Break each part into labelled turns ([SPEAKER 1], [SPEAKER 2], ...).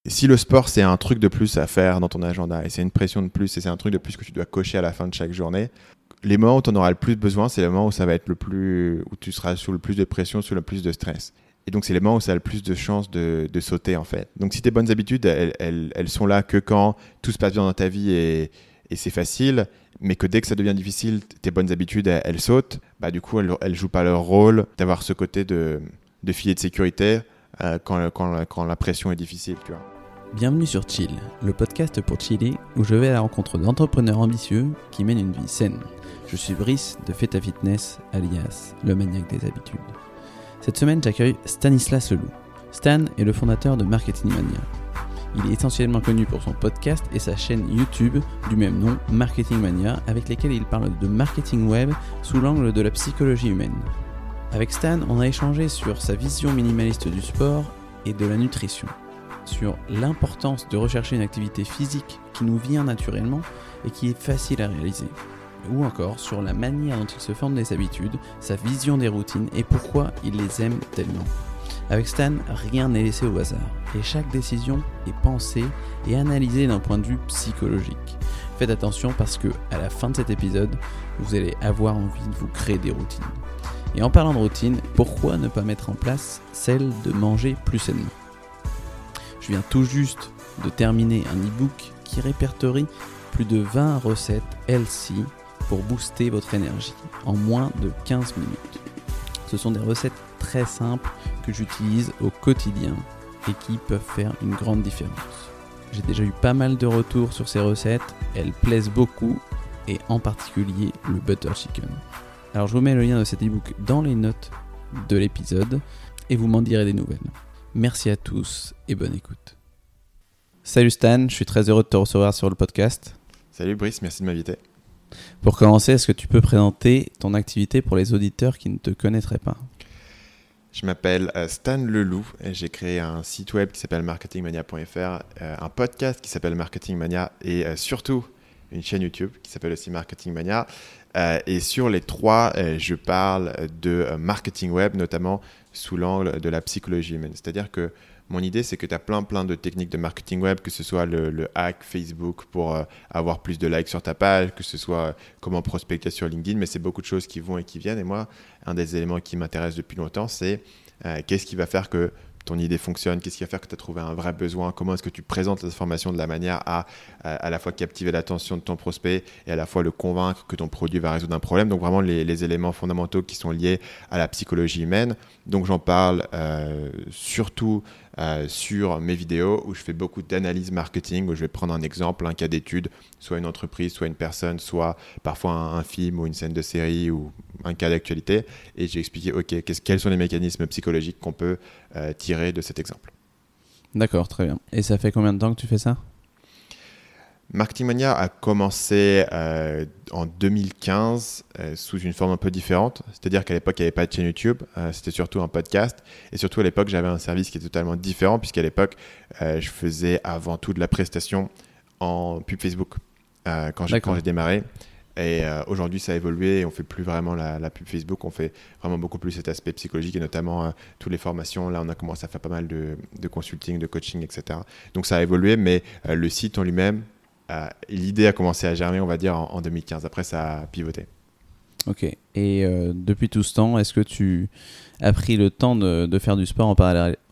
[SPEAKER 1] Si le sport, c'est un truc de plus à faire dans ton agenda et c'est une pression de plus et c'est un truc de plus que tu dois cocher à la fin de chaque journée, les moments où tu en auras le plus besoin, c'est les moments où ça va être où tu seras sous le plus de pression, sous le plus de stress. Et donc, c'est les moments où ça a le plus de chances de sauter, en fait. Donc, si tes bonnes habitudes, elles sont là que quand tout se passe bien dans ta vie et c'est facile, mais que dès que ça devient difficile, tes bonnes habitudes, elles sautent, bah, du coup, elles jouent pas leur rôle d'avoir ce côté de filet de sécurité quand la pression est difficile, tu vois.
[SPEAKER 2] Bienvenue sur Chill, le podcast pour chiller où je vais à la rencontre d'entrepreneurs ambitieux qui mènent une vie saine. Je suis Brice de Feta Fitness, alias le maniaque des habitudes. Cette semaine, j'accueille Stanislas Leloup. Stan est le fondateur de Marketing Mania. Il est essentiellement connu pour son podcast et sa chaîne YouTube du même nom, Marketing Mania, avec lesquels il parle de marketing web sous l'angle de la psychologie humaine. Avec Stan, on a échangé sur sa vision minimaliste du sport et de la nutrition, sur l'importance de rechercher une activité physique qui nous vient naturellement et qui est facile à réaliser, ou encore sur la manière dont il se forme des habitudes, sa vision des routines et pourquoi il les aime tellement. Avec Stan, rien n'est laissé au hasard et chaque décision est pensée et analysée d'un point de vue psychologique. Faites attention parce que à la fin de cet épisode, vous allez avoir envie de vous créer des routines. Et en parlant de routine, pourquoi ne pas mettre en place celle de manger plus sainement ? Je viens tout juste de terminer un e-book qui répertorie plus de 20 recettes healthy pour booster votre énergie en moins de 15 minutes. Ce sont des recettes très simples que j'utilise au quotidien et qui peuvent faire une grande différence. J'ai déjà eu pas mal de retours sur ces recettes, elles plaisent beaucoup et en particulier le butter chicken. Alors je vous mets le lien de cet e-book dans les notes de l'épisode et vous m'en direz des nouvelles. Merci à tous et bonne écoute. Salut Stan, je suis très heureux de te recevoir sur le podcast.
[SPEAKER 1] Salut Brice, merci de m'inviter.
[SPEAKER 2] Pour commencer, est-ce que tu peux présenter ton activité pour les auditeurs qui ne te connaîtraient pas ?
[SPEAKER 1] Je m'appelle Stan Leloup et j'ai créé un site web qui s'appelle marketingmania.fr, un podcast qui s'appelle Marketing Mania et surtout une chaîne YouTube qui s'appelle aussi Marketing Mania. Et sur les trois, je parle de marketing web, notamment sous l'angle de la psychologie humaine. C'est-à-dire que mon idée, c'est que tu as plein de techniques de marketing web, que ce soit le hack Facebook pour avoir plus de likes sur ta page, que ce soit comment prospecter sur LinkedIn, mais c'est beaucoup de choses qui vont et qui viennent. Et moi, un des éléments qui m'intéresse depuis longtemps, c'est qu'est-ce qui va faire que ton idée fonctionne, qu'est-ce qui va faire que tu as trouvé un vrai besoin, comment est-ce que tu présentes les informations de la manière à la fois captiver l'attention de ton prospect et à la fois le convaincre que ton produit va résoudre un problème. Donc vraiment les éléments fondamentaux qui sont liés à la psychologie humaine. Donc j'en parle surtout sur mes vidéos où je fais beaucoup d'analyse marketing, où je vais prendre un exemple, un cas d'étude, soit une entreprise, soit une personne, soit parfois un film ou une scène de série ou un cas d'actualité. Et j'ai expliqué, quels sont les mécanismes psychologiques qu'on peut tirer de cet exemple.
[SPEAKER 2] D'accord, très bien. Et ça fait combien de temps que tu fais ça ?
[SPEAKER 1] Marketing Mania a commencé en 2015 sous une forme un peu différente. C'est-à-dire qu'à l'époque, il n'y avait pas de chaîne YouTube. C'était surtout un podcast. Et surtout, à l'époque, j'avais un service qui était totalement différent puisqu'à l'époque, je faisais avant tout de la prestation en pub Facebook quand j'ai démarré. Et aujourd'hui, ça a évolué et on ne fait plus vraiment la pub Facebook. On fait vraiment beaucoup plus cet aspect psychologique et notamment toutes les formations. Là, on a commencé à faire pas mal de consulting, de coaching, etc. Donc, ça a évolué, mais le site en lui-même, l'idée a commencé à germer, on va dire, en 2015. Après, ça a pivoté.
[SPEAKER 2] Ok. Et depuis tout ce temps, est-ce que tu as pris le temps de faire du sport en parallèle ?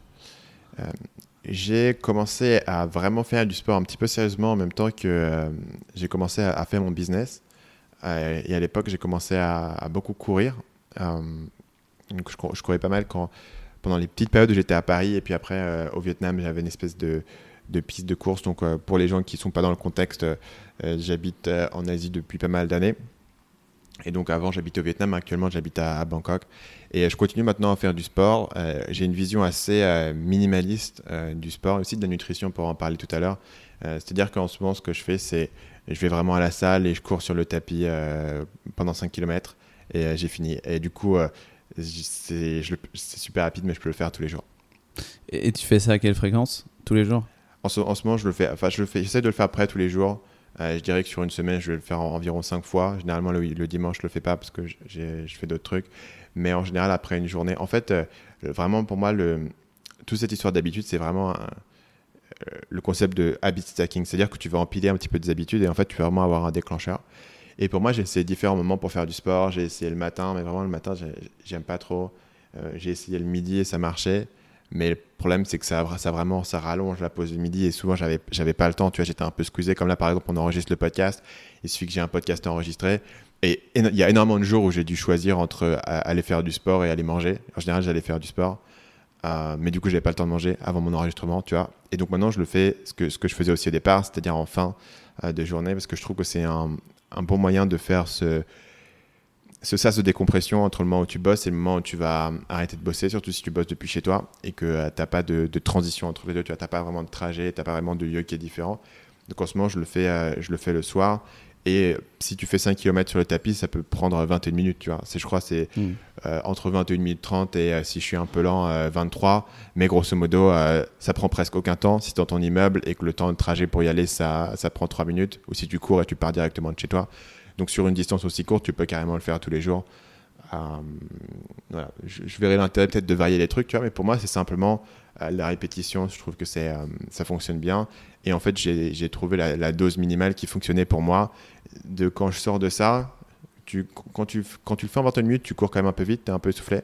[SPEAKER 1] J'ai commencé à vraiment faire du sport un petit peu sérieusement en même temps que j'ai commencé à faire mon business. Et à l'époque, j'ai commencé à beaucoup courir. Donc je courais pas mal pendant les petites périodes où j'étais à Paris. Et puis après, au Vietnam, j'avais une espèce de piste de course. Donc pour les gens qui ne sont pas dans le contexte, j'habite en Asie depuis pas mal d'années. Et donc avant, j'habitais au Vietnam. Actuellement, j'habite à Bangkok. Et je continue maintenant à faire du sport. J'ai une vision assez minimaliste du sport, aussi de la nutrition pour en parler tout à l'heure. C'est-à-dire qu'en ce moment, ce que je fais, c'est je vais vraiment à la salle et je cours sur le tapis pendant 5 km et j'ai fini. Et du coup, c'est super rapide, mais je peux le faire tous les jours.
[SPEAKER 2] Et tu fais ça à quelle fréquence ? Tous les jours ?
[SPEAKER 1] En ce moment, j'essaie de le faire près tous les jours. Je dirais que sur une semaine, je vais le faire environ 5 fois. Généralement, le dimanche, je ne le fais pas parce que je fais d'autres trucs. Mais en général, après une journée, en fait, vraiment pour moi, toute cette histoire d'habitude, c'est vraiment le concept de habit stacking. C'est-à-dire que tu vas empiler un petit peu des habitudes et en fait, tu vas vraiment avoir un déclencheur. Et pour moi, j'ai essayé différents moments pour faire du sport. J'ai essayé le matin, mais vraiment le matin, j'aime pas trop. J'ai essayé le midi et ça marchait. Mais le problème, c'est que ça rallonge la pause du midi et souvent, j'avais pas le temps. Tu vois, j'étais un peu squeezé. Comme là, par exemple, on enregistre le podcast. Il suffit que j'ai un podcast enregistré. Et il y a énormément de jours où j'ai dû choisir entre aller faire du sport et aller manger. En général, j'allais faire du sport. Mais du coup, j'avais pas le temps de manger avant mon enregistrement, tu vois. Et donc maintenant, je le fais ce que je faisais aussi au départ, c'est-à-dire en fin de journée, parce que je trouve que c'est un bon moyen de faire ce sas de décompression entre le moment où tu bosses et le moment où tu vas arrêter de bosser, surtout si tu bosses depuis chez toi et que tu n'as pas de transition entre les deux, tu n'as pas vraiment de trajet, tu n'as pas vraiment de lieu qui est différent. Donc en ce moment, je le fais le soir. Et si tu fais 5 km sur le tapis, ça peut prendre 21 minutes, tu vois. Je crois que c'est entre 21 minutes 30 et si je suis un peu lent, 23. Mais grosso modo, ça prend presque aucun temps. Si tu es dans ton immeuble et que le temps de trajet pour y aller, ça prend 3 minutes. Ou si tu cours et tu pars directement de chez toi. Donc sur une distance aussi courte, tu peux carrément le faire tous les jours. Voilà. Je verrai l'intérêt peut-être de varier les trucs, tu vois. Mais pour moi, c'est simplement la répétition. Je trouve que ça fonctionne bien. Et en fait, j'ai trouvé la dose minimale qui fonctionnait pour moi. Quand je sors de ça, quand tu le fais en 21 minutes, tu cours quand même un peu vite, tu es un peu essoufflé.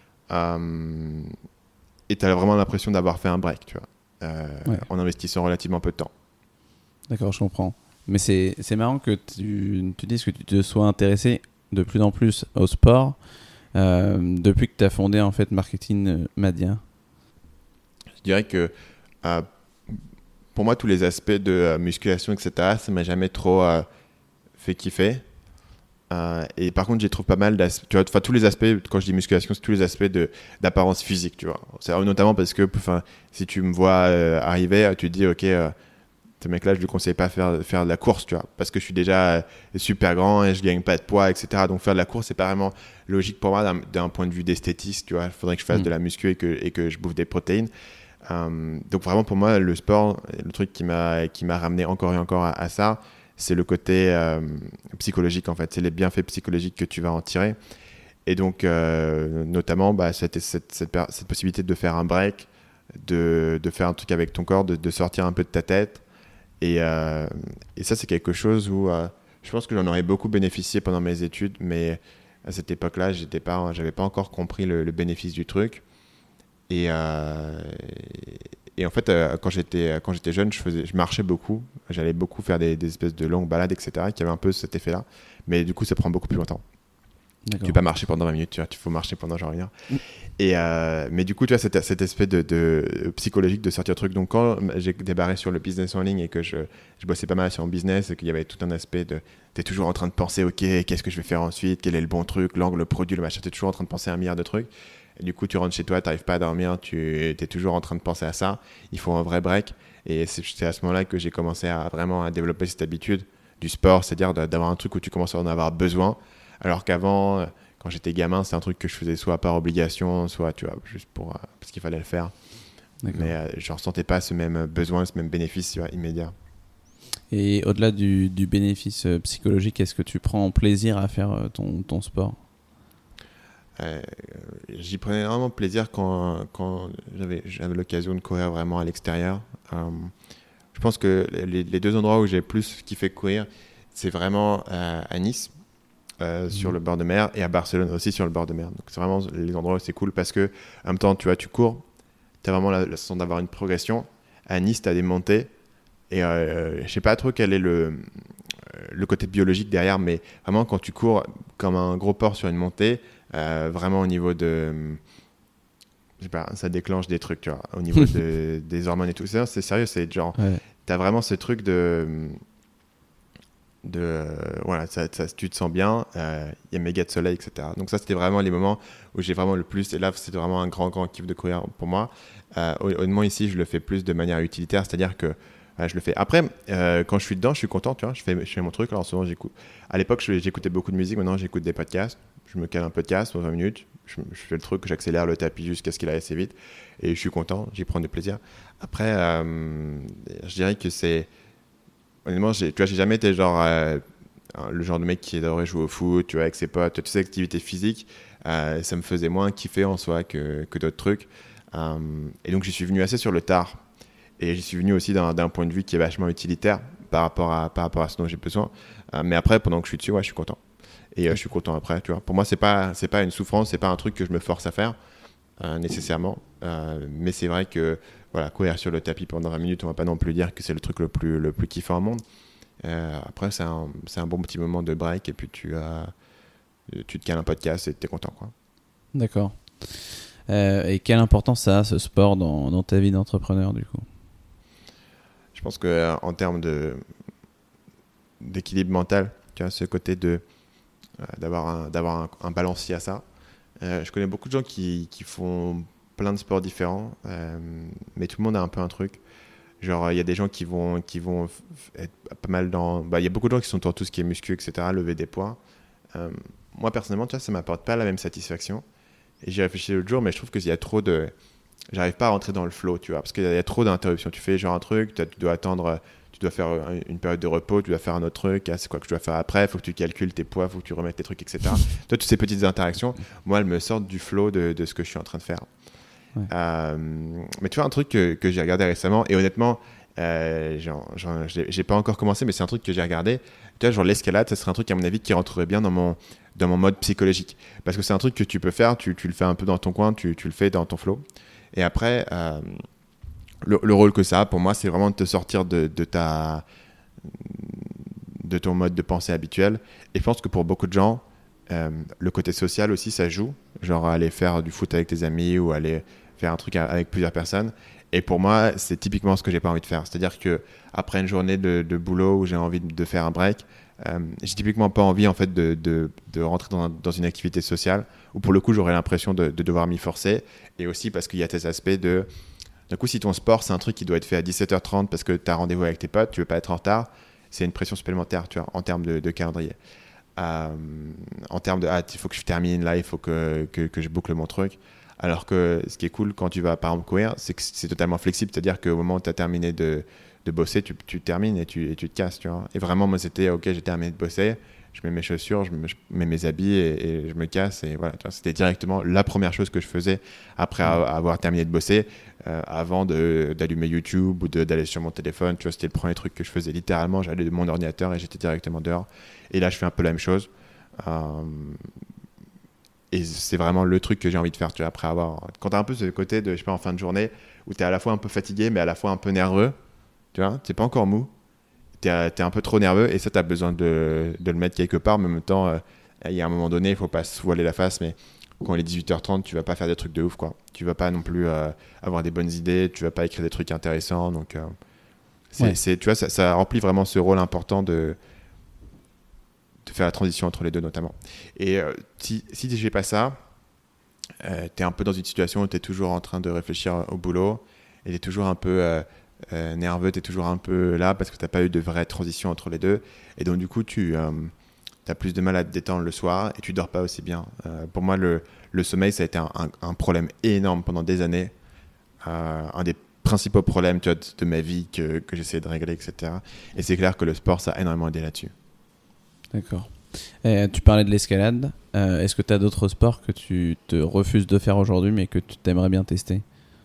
[SPEAKER 1] Et tu as vraiment l'impression d'avoir fait un break, tu vois, en investissant relativement peu de temps.
[SPEAKER 2] D'accord, je comprends. Mais c'est marrant que tu dises que tu te sois intéressé de plus en plus au sport depuis que tu as fondé en fait Marketing Mania.
[SPEAKER 1] Je dirais que pour moi, tous les aspects de musculation, etc., ça m'a jamais trop fait kiffer. Et par contre, j'y trouve pas mal d'aspects. Tu vois, tous les aspects, quand je dis musculation, c'est tous les aspects d'apparence physique, tu vois. C'est notamment parce que si tu me vois arriver, tu te dis, ok, ce mec-là, je lui conseille pas faire de la course, tu vois, parce que je suis déjà super grand et je gagne pas de poids, etc. Donc faire de la course, c'est pas vraiment logique pour moi d'un point de vue d'esthétisme, tu vois. Il faudrait que je fasse de la muscu et que je bouffe des protéines. Donc vraiment pour moi le sport, le truc qui m'a ramené encore et encore à ça, c'est le côté psychologique en fait, c'est les bienfaits psychologiques que tu vas en tirer. Et donc notamment cette possibilité de faire un break, de faire un truc avec ton corps, de sortir un peu de ta tête. Et ça c'est quelque chose où je pense que j'en aurais beaucoup bénéficié pendant mes études, mais à cette époque-là j'avais pas encore compris le bénéfice du truc. Et en fait, quand j'étais jeune, je marchais beaucoup. J'allais beaucoup faire des espèces de longues balades, etc., qui avaient un peu cet effet-là. Mais du coup, ça prend beaucoup plus longtemps. D'accord. Tu ne peux pas marcher pendant 20 minutes, tu vois, il faut marcher pendant genre une heure. Mais du coup, tu vois, cet aspect de psychologique de sortir le truc. Donc, quand j'ai débarré sur le business en ligne et que je bossais pas mal sur mon business et qu'il y avait tout un aspect de... Tu es toujours en train de penser, ok, qu'est-ce que je vais faire ensuite, quel est le bon truc, l'angle, le produit, le machin. Tu es toujours en train de penser à un milliard de trucs. Et du coup, tu rentres chez toi, tu n'arrives pas à dormir, tu es toujours en train de penser à ça. Il faut un vrai break. Et c'est à ce moment-là que j'ai commencé à vraiment développer cette habitude du sport, c'est-à-dire d'avoir un truc où tu commences à en avoir besoin. Alors qu'avant, quand j'étais gamin, c'est un truc que je faisais soit par obligation, soit tu vois, juste parce qu'il fallait le faire. D'accord. Mais je ne ressentais pas ce même besoin, ce même bénéfice, tu vois, immédiat.
[SPEAKER 2] Et au-delà du bénéfice psychologique, est-ce que tu prends plaisir à faire ton sport ?
[SPEAKER 1] J'y prenais vraiment plaisir quand j'avais l'occasion de courir vraiment à l'extérieur. Je pense que les deux endroits où j'ai plus kiffé courir, c'est vraiment à Nice, sur le bord de mer, et à Barcelone aussi sur le bord de mer. Donc c'est vraiment les endroits où c'est cool parce que en même temps, tu vois, tu cours, tu as vraiment la sensation d'avoir une progression. À Nice, tu as des montées et je sais pas trop quel est le côté biologique derrière, mais vraiment quand tu cours comme un gros porc sur une montée, vraiment au niveau de... je sais pas, ça déclenche des trucs, tu vois, au niveau des hormones et tout ça. C'est sérieux, c'est genre... Ouais. T'as vraiment ce truc voilà, tu te sens bien, y a méga de soleil, etc. Donc ça, c'était vraiment les moments où j'ai vraiment le plus... Et là, c'était vraiment un grand kiff de courir pour moi. Honnêtement, ici, je le fais plus de manière utilitaire, c'est-à-dire que je le fais. Après, quand je suis dedans, je suis content, tu vois, je fais mon truc. Alors souvent, j'écoute. À l'époque, j'écoutais beaucoup de musique, maintenant, j'écoute des podcasts. Je me cale un podcast dans 20 minutes, je fais le truc, j'accélère le tapis jusqu'à ce qu'il aille assez vite et je suis content, j'y prends du plaisir. Après, je dirais que c'est... Honnêtement, tu vois, j'ai jamais été genre le genre de mec qui adorait jouer au foot, tu vois, avec ses potes, toutes ces activités physiques, ça me faisait moins kiffer en soi que d'autres trucs. Et donc, j'y suis venu assez sur le tard. Et j'y suis venu aussi d'un point de vue qui est vachement utilitaire par rapport à ce dont j'ai besoin. Mais après, pendant que je suis dessus, ouais, je suis content. Et je suis content après, tu vois. Pour moi, c'est pas une souffrance, c'est pas un truc que je me force à faire nécessairement. Mais c'est vrai que voilà, courir sur le tapis pendant 20 minutes, on va pas non plus dire que c'est le truc le plus kiffant au monde. Après, c'est un bon petit moment de break et puis tu te cales un podcast et t'es content, quoi.
[SPEAKER 2] D'accord. Et quelle importance ça a, ce sport, dans ta vie d'entrepreneur, du coup?
[SPEAKER 1] Je pense qu'en termes d'équilibre mental, tu vois, ce côté d'avoir un balancier à ça. Je connais beaucoup de gens qui font plein de sports différents, mais tout le monde a un peu un truc. Genre, il y a des gens qui vont être pas mal dans... il y a beaucoup de gens qui sont dans tout ce qui est muscu, etc., lever des poids. Moi, personnellement, tu vois, ça ne m'apporte pas la même satisfaction. Et j'y réfléchi l'autre jour, mais je trouve qu'il y a trop de... J'arrive pas à rentrer dans le flow, tu vois, parce qu'il y a trop d'interruptions. Tu fais genre un truc, tu dois attendre... Tu dois faire une période de repos, tu dois faire un autre truc, c'est quoi que je dois faire après, il faut que tu calcules tes poids, il faut que tu remettes tes trucs, etc. Toi, toutes ces petites interactions, moi, elles me sortent du flow de ce que je suis en train de faire.
[SPEAKER 2] Ouais.
[SPEAKER 1] Mais tu vois, un truc que j'ai regardé récemment, et honnêtement, j'ai pas encore commencé, mais c'est un truc que j'ai regardé. Tu vois, genre l'escalade, ça serait un truc, à mon avis, qui rentrerait bien dans mon mode psychologique. Parce que c'est un truc que tu peux faire, tu le fais un peu dans ton coin, tu le fais dans ton flow. Et après... Le rôle que ça a pour moi, c'est vraiment de te sortir de ton mode de pensée habituel. Et je pense que pour beaucoup de gens, le côté social aussi, ça joue. Genre aller faire du foot avec tes amis ou aller faire un truc avec plusieurs personnes. Et pour moi, c'est typiquement ce que j'ai pas envie de faire. C'est-à-dire qu'après une journée de boulot où j'ai envie de faire un break, j'ai typiquement pas envie en fait de rentrer dans une activité sociale où pour le coup, j'aurais l'impression de devoir m'y forcer. Et aussi parce qu'il y a tes aspects de... Du coup, si ton sport, c'est un truc qui doit être fait à 17h30 parce que tu as rendez-vous avec tes potes, tu veux pas être en retard, c'est une pression supplémentaire, tu vois, en termes de calendrier. En termes de il faut que je termine là, il faut que je boucle mon truc. Alors que ce qui est cool quand tu vas par exemple courir, c'est que c'est totalement flexible, c'est-à-dire qu'au moment où tu as terminé de bosser, tu termines et tu te casses, tu vois. Et vraiment, moi, c'était ok, j'ai terminé de bosser, je mets mes chaussures, je mets mes habits et je me casse. Et voilà, tu vois, c'était directement la première chose que je faisais après avoir terminé de bosser, avant d'allumer YouTube ou d'aller sur mon téléphone. Tu vois, c'était le premier truc que je faisais littéralement. J'allais de mon ordinateur et j'étais directement dehors. Et là, je fais un peu la même chose. Et c'est vraiment le truc que j'ai envie de faire, tu vois, après avoir... Quand tu as un peu ce côté de, je sais pas, en fin de journée, où tu es à la fois un peu fatigué, mais à la fois un peu nerveux, tu vois, tu n'es pas encore mou, tu es un peu trop nerveux, et ça, tu as besoin de le mettre quelque part, mais en même temps, il y a un moment donné, il ne faut pas se voiler la face, mais quand il est 18h30, tu vas pas faire des trucs de ouf, quoi. Tu vas pas non plus avoir des bonnes idées, tu vas pas écrire des trucs intéressants, donc tu vois, ça remplit vraiment ce rôle important de faire la transition entre les deux notamment. Et si j'ai pas ça, tu es un peu dans une situation où tu es toujours en train de réfléchir au boulot et tu es toujours un peu nerveux, tu es toujours un peu là parce que tu n'as pas eu de vraie transition entre les deux. Et donc du coup, tu as plus de mal à te détendre le soir et tu dors pas aussi bien. Pour moi, le sommeil, ça a été un problème énorme pendant des années. Un des principaux problèmes, tu vois, de ma vie que j'essayais de régler, etc. Et c'est clair que le sport, ça a énormément aidé là-dessus.
[SPEAKER 2] D'accord. Tu parlais de l'escalade. Est-ce que tu as d'autres sports que tu te refuses de faire aujourd'hui mais que tu t'aimerais bien tester?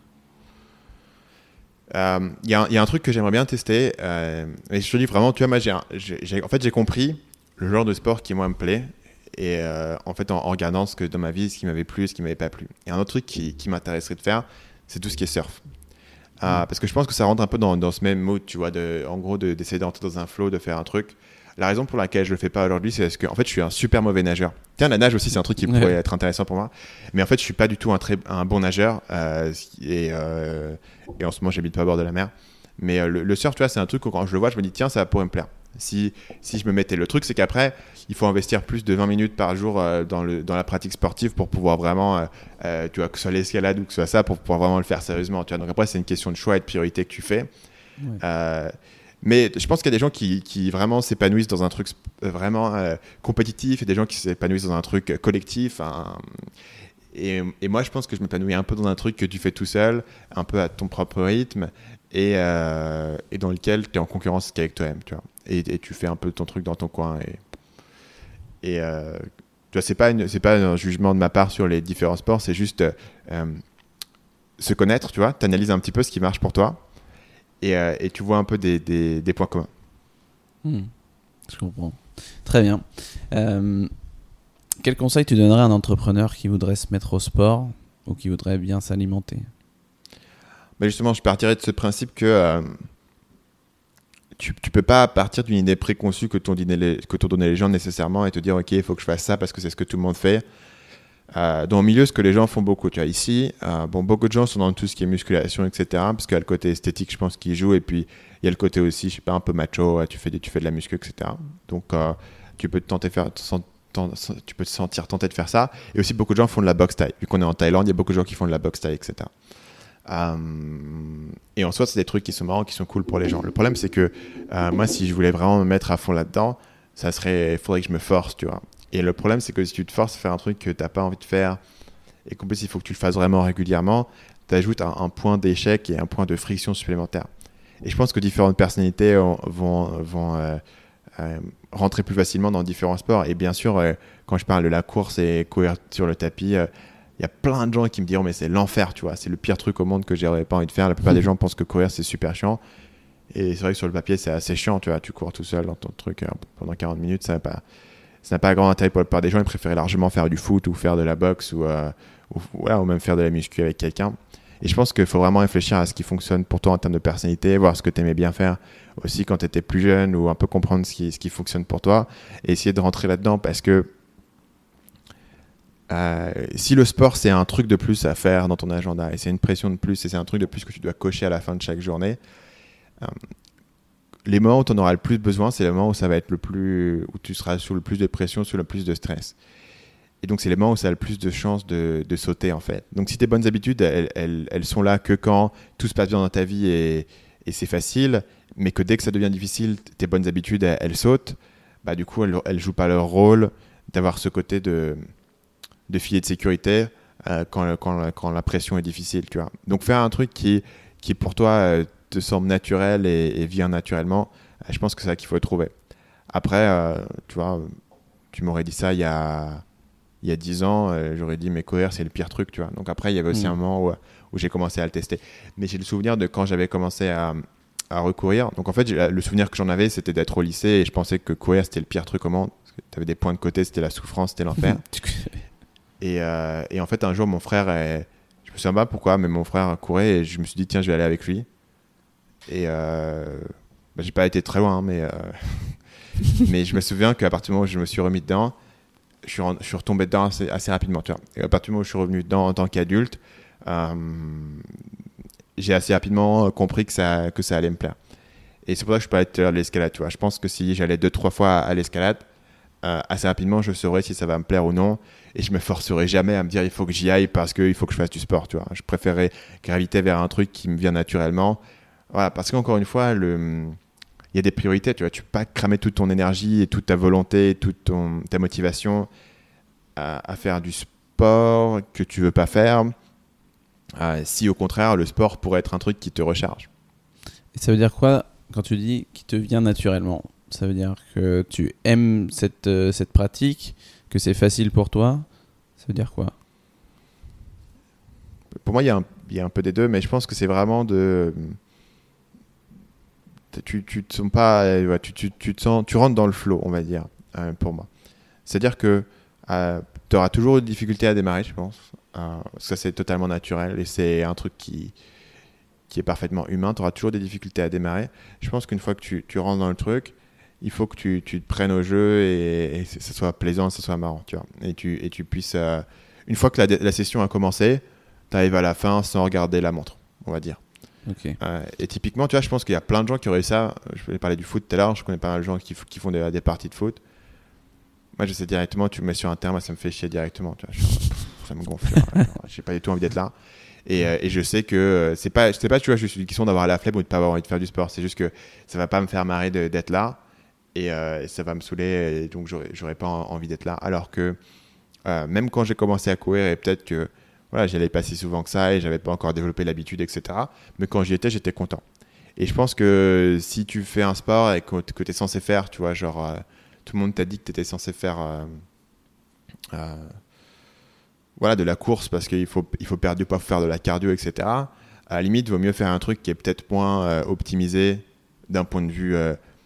[SPEAKER 1] Il y a un truc que j'aimerais bien tester. Et je te dis vraiment, tu vois, moi, j'ai compris le genre de sport qui, moi, me plaît. Et en fait, en regardant dans ma vie, ce qui m'avait plu et ce qui ne m'avait pas plu. Et un autre truc qui m'intéresserait de faire, c'est tout ce qui est surf. Parce que je pense que ça rentre un peu dans ce même mood, tu vois, en gros, d'essayer d'entrer dans un flow, de faire un truc. La raison pour laquelle je le fais pas aujourd'hui, c'est parce que en fait, je suis un super mauvais nageur. Tiens, la nage aussi, c'est un truc qui pourrait être intéressant pour moi. Mais en fait, je suis pas du tout un bon nageur. Et en ce moment, j'habite pas au bord de la mer. Mais le surf, tu vois, c'est un truc où quand je le vois, je me dis tiens, ça pourrait me plaire. Si je me mettais, le truc, c'est qu'après, il faut investir plus de 20 minutes par jour dans la pratique sportive pour pouvoir vraiment, tu vois, que ce soit l'escalade ou que ce soit ça, pour pouvoir vraiment le faire sérieusement. Tu vois. Donc après, c'est une question de choix et de priorité que tu fais. Ouais. Mais je pense qu'il y a des gens qui vraiment s'épanouissent dans un truc vraiment compétitif et des gens qui s'épanouissent dans un truc collectif. Et moi, je pense que je m'épanouis un peu dans un truc que tu fais tout seul, un peu à ton propre rythme et dans lequel tu es en concurrence qu'avec toi-même. Tu vois. Et tu fais un peu ton truc dans ton coin. Et tu vois, c'est pas un jugement de ma part sur les différents sports, c'est juste... se connaître, tu vois, tu analyses un petit peu ce qui marche pour toi et tu vois un peu des points communs.
[SPEAKER 2] Je comprends. Très bien. Quel conseil tu donnerais à un entrepreneur qui voudrait se mettre au sport ou qui voudrait bien s'alimenter?
[SPEAKER 1] Justement, je partirais de ce principe que tu peux pas partir d'une idée préconçue que t'ont donné les gens nécessairement et te dire ok, il faut que je fasse ça parce que c'est ce que tout le monde fait. Dans le milieu, ce que les gens font beaucoup, tu vois, ici, beaucoup de gens sont dans tout ce qui est musculation, etc. Parce qu'il y a le côté esthétique, je pense, qui joue, et puis il y a le côté aussi, je sais pas, un peu macho, tu fais de la muscu, etc. Donc, tu peux tu peux te sentir tenté de faire ça. Et aussi, beaucoup de gens font de la boxe thaï. Vu qu'on est en Thaïlande, il y a beaucoup de gens qui font de la boxe thaï, etc. Et en soi, c'est des trucs qui sont marrants, qui sont cool pour les gens. Le problème, c'est que moi, si je voulais vraiment me mettre à fond là-dedans, il faudrait que je me force, tu vois. Et le problème, c'est que si tu te forces à faire un truc que tu n'as pas envie de faire et qu'en plus, il faut que tu le fasses vraiment régulièrement, tu ajoutes un point d'échec et un point de friction supplémentaire. Et je pense que différentes personnalités vont rentrer plus facilement dans différents sports. Et bien sûr, quand je parle de la course et courir sur le tapis, il y a plein de gens qui me diront mais c'est l'enfer, tu vois, c'est le pire truc au monde que j'aurais pas envie de faire. La plupart des gens pensent que courir c'est super chiant. Et c'est vrai que sur le papier, c'est assez chiant, tu vois, tu cours tout seul dans ton truc pendant 40 minutes, ça n'a pas grand intérêt pour la plupart des gens. Ils préfèrent largement faire du foot ou faire de la boxe ou même faire de la muscu avec quelqu'un. Et je pense qu'il faut vraiment réfléchir à ce qui fonctionne pour toi en termes de personnalité, voir ce que tu aimais bien faire aussi quand tu étais plus jeune ou un peu comprendre ce qui fonctionne pour toi et essayer de rentrer là-dedans parce que si le sport c'est un truc de plus à faire dans ton agenda et c'est une pression de plus et c'est un truc de plus que tu dois cocher à la fin de chaque journée, les moments où tu en auras le plus besoin, c'est les moments où ça va être où tu seras sous le plus de pression, sous le plus de stress. Et donc, c'est les moments où ça a le plus de chances de sauter, en fait. Donc, si tes bonnes habitudes, elles sont là que quand tout se passe bien dans ta vie et c'est facile, mais que dès que ça devient difficile, tes bonnes habitudes, elles sautent, du coup, elles jouent pas leur rôle d'avoir ce côté de filet de sécurité quand la pression est difficile, tu vois. Donc, faire un truc qui pour toi, te semble naturel et vient naturellement, je pense que c'est ça qu'il faut trouver. Après, tu vois, tu m'aurais dit ça il y a 10 ans, j'aurais dit mais courir c'est le pire truc, tu vois. Donc après il y avait aussi un moment où j'ai commencé à le tester. Mais j'ai le souvenir de quand j'avais commencé à recourir. Donc en fait le souvenir que j'en avais c'était d'être au lycée et je pensais que courir c'était le pire truc au monde. Tu avais des points de côté, c'était la souffrance, c'était l'enfer. et en fait un jour mon frère, je me souviens pas pourquoi, mais mon frère courait et je me suis dit tiens je vais aller avec lui. Et j'ai pas été très loin, mais je me souviens qu'à partir du moment où je me suis remis dedans, je suis retombé dedans assez rapidement. Tu vois. Et à partir du moment où je suis revenu dedans en tant qu'adulte, j'ai assez rapidement compris que ça allait me plaire. Et c'est pour ça que je parlais de l'escalade. Tu vois. Je pense que si j'allais 2-3 fois à l'escalade, assez rapidement, je saurais si ça va me plaire ou non. Et je me forcerai jamais à me dire il faut que j'y aille parce qu'il faut que je fasse du sport. Tu vois. Je préférerais graviter vers un truc qui me vient naturellement. Voilà, parce qu'encore une fois, il y a des priorités. Tu vois, tu peux pas cramer toute ton énergie et toute ta volonté, toute ta motivation à faire du sport que tu veux pas faire. Si au contraire, le sport pourrait être un truc qui te recharge.
[SPEAKER 2] Et ça veut dire quoi quand tu dis qui te vient naturellement? Ça veut dire que tu aimes cette pratique, que c'est facile pour toi? Ça veut dire quoi?
[SPEAKER 1] Pour moi, il y a un peu des deux, mais je pense que c'est vraiment tu te sens pas, tu rentres dans le flow, on va dire, pour moi. C'est-à-dire que tu auras toujours des difficultés à démarrer, je pense. Ça, c'est totalement naturel et c'est un truc qui est parfaitement humain. Tu auras toujours des difficultés à démarrer. Je pense qu'une fois que tu rentres dans le truc, il faut que tu te prennes au jeu et que ça soit plaisant, que ça soit marrant, tu vois. Et tu puisses, une fois que la session a commencé, tu arrives à la fin sans regarder la montre, on va dire.
[SPEAKER 2] Okay.
[SPEAKER 1] Et typiquement, tu vois, je pense qu'il y a plein de gens qui auraient ça. Je voulais parler du foot tout à l'heure. Je connais pas mal de gens qui font des parties de foot. Moi, je sais directement, tu me mets sur un terrain, ça me fait chier directement. Tu vois, ça me gonfle. J'ai pas du tout envie d'être là. Et je sais que c'est pas, tu vois, juste une question d'avoir la flemme ou de pas avoir envie de faire du sport. C'est juste que ça va pas me faire marrer d'être là et ça va me saouler. Et donc, j'aurais pas envie d'être là. Alors que même quand j'ai commencé à courir, et peut-être que voilà, j'allais pas si souvent que ça et j'avais pas encore développé l'habitude, etc. Mais quand j'y étais, j'étais content. Et je pense que si tu fais un sport et que tu es censé faire, tu vois, genre tout le monde t'a dit que tu étais censé faire de la course parce qu'il faut perdre du poids, faire de la cardio, etc. À la limite, il vaut mieux faire un truc qui est peut-être moins optimisé d'un point de vue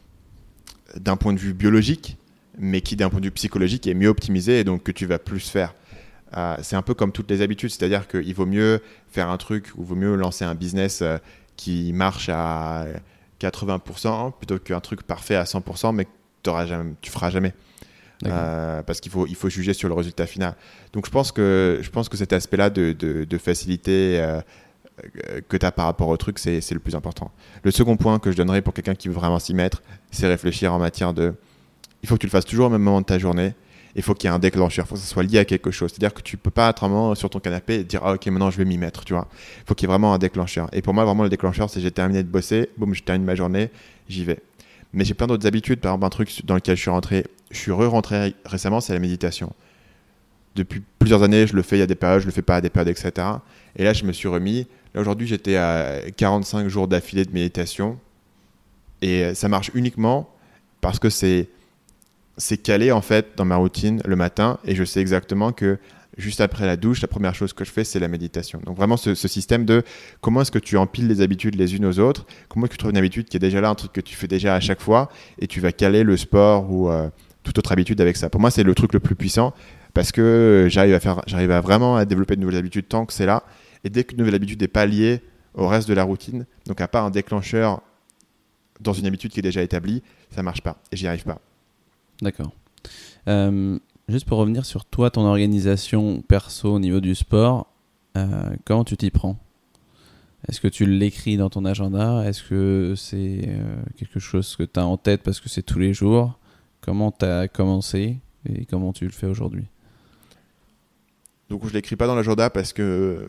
[SPEAKER 1] biologique, mais qui d'un point de vue psychologique est mieux optimisé et donc que tu vas plus faire. C'est un peu comme toutes les habitudes, c'est-à-dire qu'il vaut mieux faire un truc ou vaut mieux lancer un business qui marche à 80% plutôt qu'un truc parfait à 100% mais que tu feras jamais. Parce qu'il faut juger sur le résultat final. Donc je pense que cet aspect-là de facilité que tu as par rapport au truc, c'est le plus important. Le second point que je donnerais pour quelqu'un qui veut vraiment s'y mettre, c'est réfléchir en matière de... Il faut que tu le fasses toujours au même moment de ta journée. Il faut qu'il y ait un déclencheur, il faut que ça soit lié à quelque chose. C'est-à-dire que tu ne peux pas être un moment sur ton canapé et dire « Ah ok, maintenant je vais m'y mettre », tu vois. Il faut qu'il y ait vraiment un déclencheur. Et pour moi, vraiment, le déclencheur, c'est j'ai terminé de bosser, boum, je termine ma journée, j'y vais. Mais j'ai plein d'autres habitudes. Par exemple, un truc dans lequel je suis re-rentré récemment, c'est la méditation. Depuis plusieurs années, je le fais, il y a des périodes, je le fais pas à des périodes, etc. Et là, je me suis remis. Là, aujourd'hui, j'étais à 45 jours d'affilée de méditation. Et ça marche uniquement parce que c'est calé, en fait, dans ma routine le matin. Et je sais exactement que juste après la douche, la première chose que je fais, c'est la méditation. Donc vraiment, ce système de comment est-ce que tu empiles les habitudes les unes aux autres, comment est-ce que tu trouves une habitude qui est déjà là, un truc que tu fais déjà à chaque fois, et tu vas caler le sport ou toute autre habitude avec ça. Pour moi, c'est le truc le plus puissant parce que j'arrive à vraiment développer de nouvelles habitudes tant que c'est là. Et dès qu'une nouvelle habitude n'est pas liée au reste de la routine, donc à part un déclencheur dans une habitude qui est déjà établie, ça ne marche pas et j'y arrive pas.
[SPEAKER 2] D'accord. Juste pour revenir sur toi, ton organisation perso au niveau du sport, comment tu t'y prends ? Est-ce que tu l'écris dans ton agenda ? Est-ce que c'est quelque chose que tu as en tête parce que c'est tous les jours ? Comment tu as commencé et comment tu le fais aujourd'hui ?
[SPEAKER 1] Donc je ne l'écris pas dans l'agenda parce que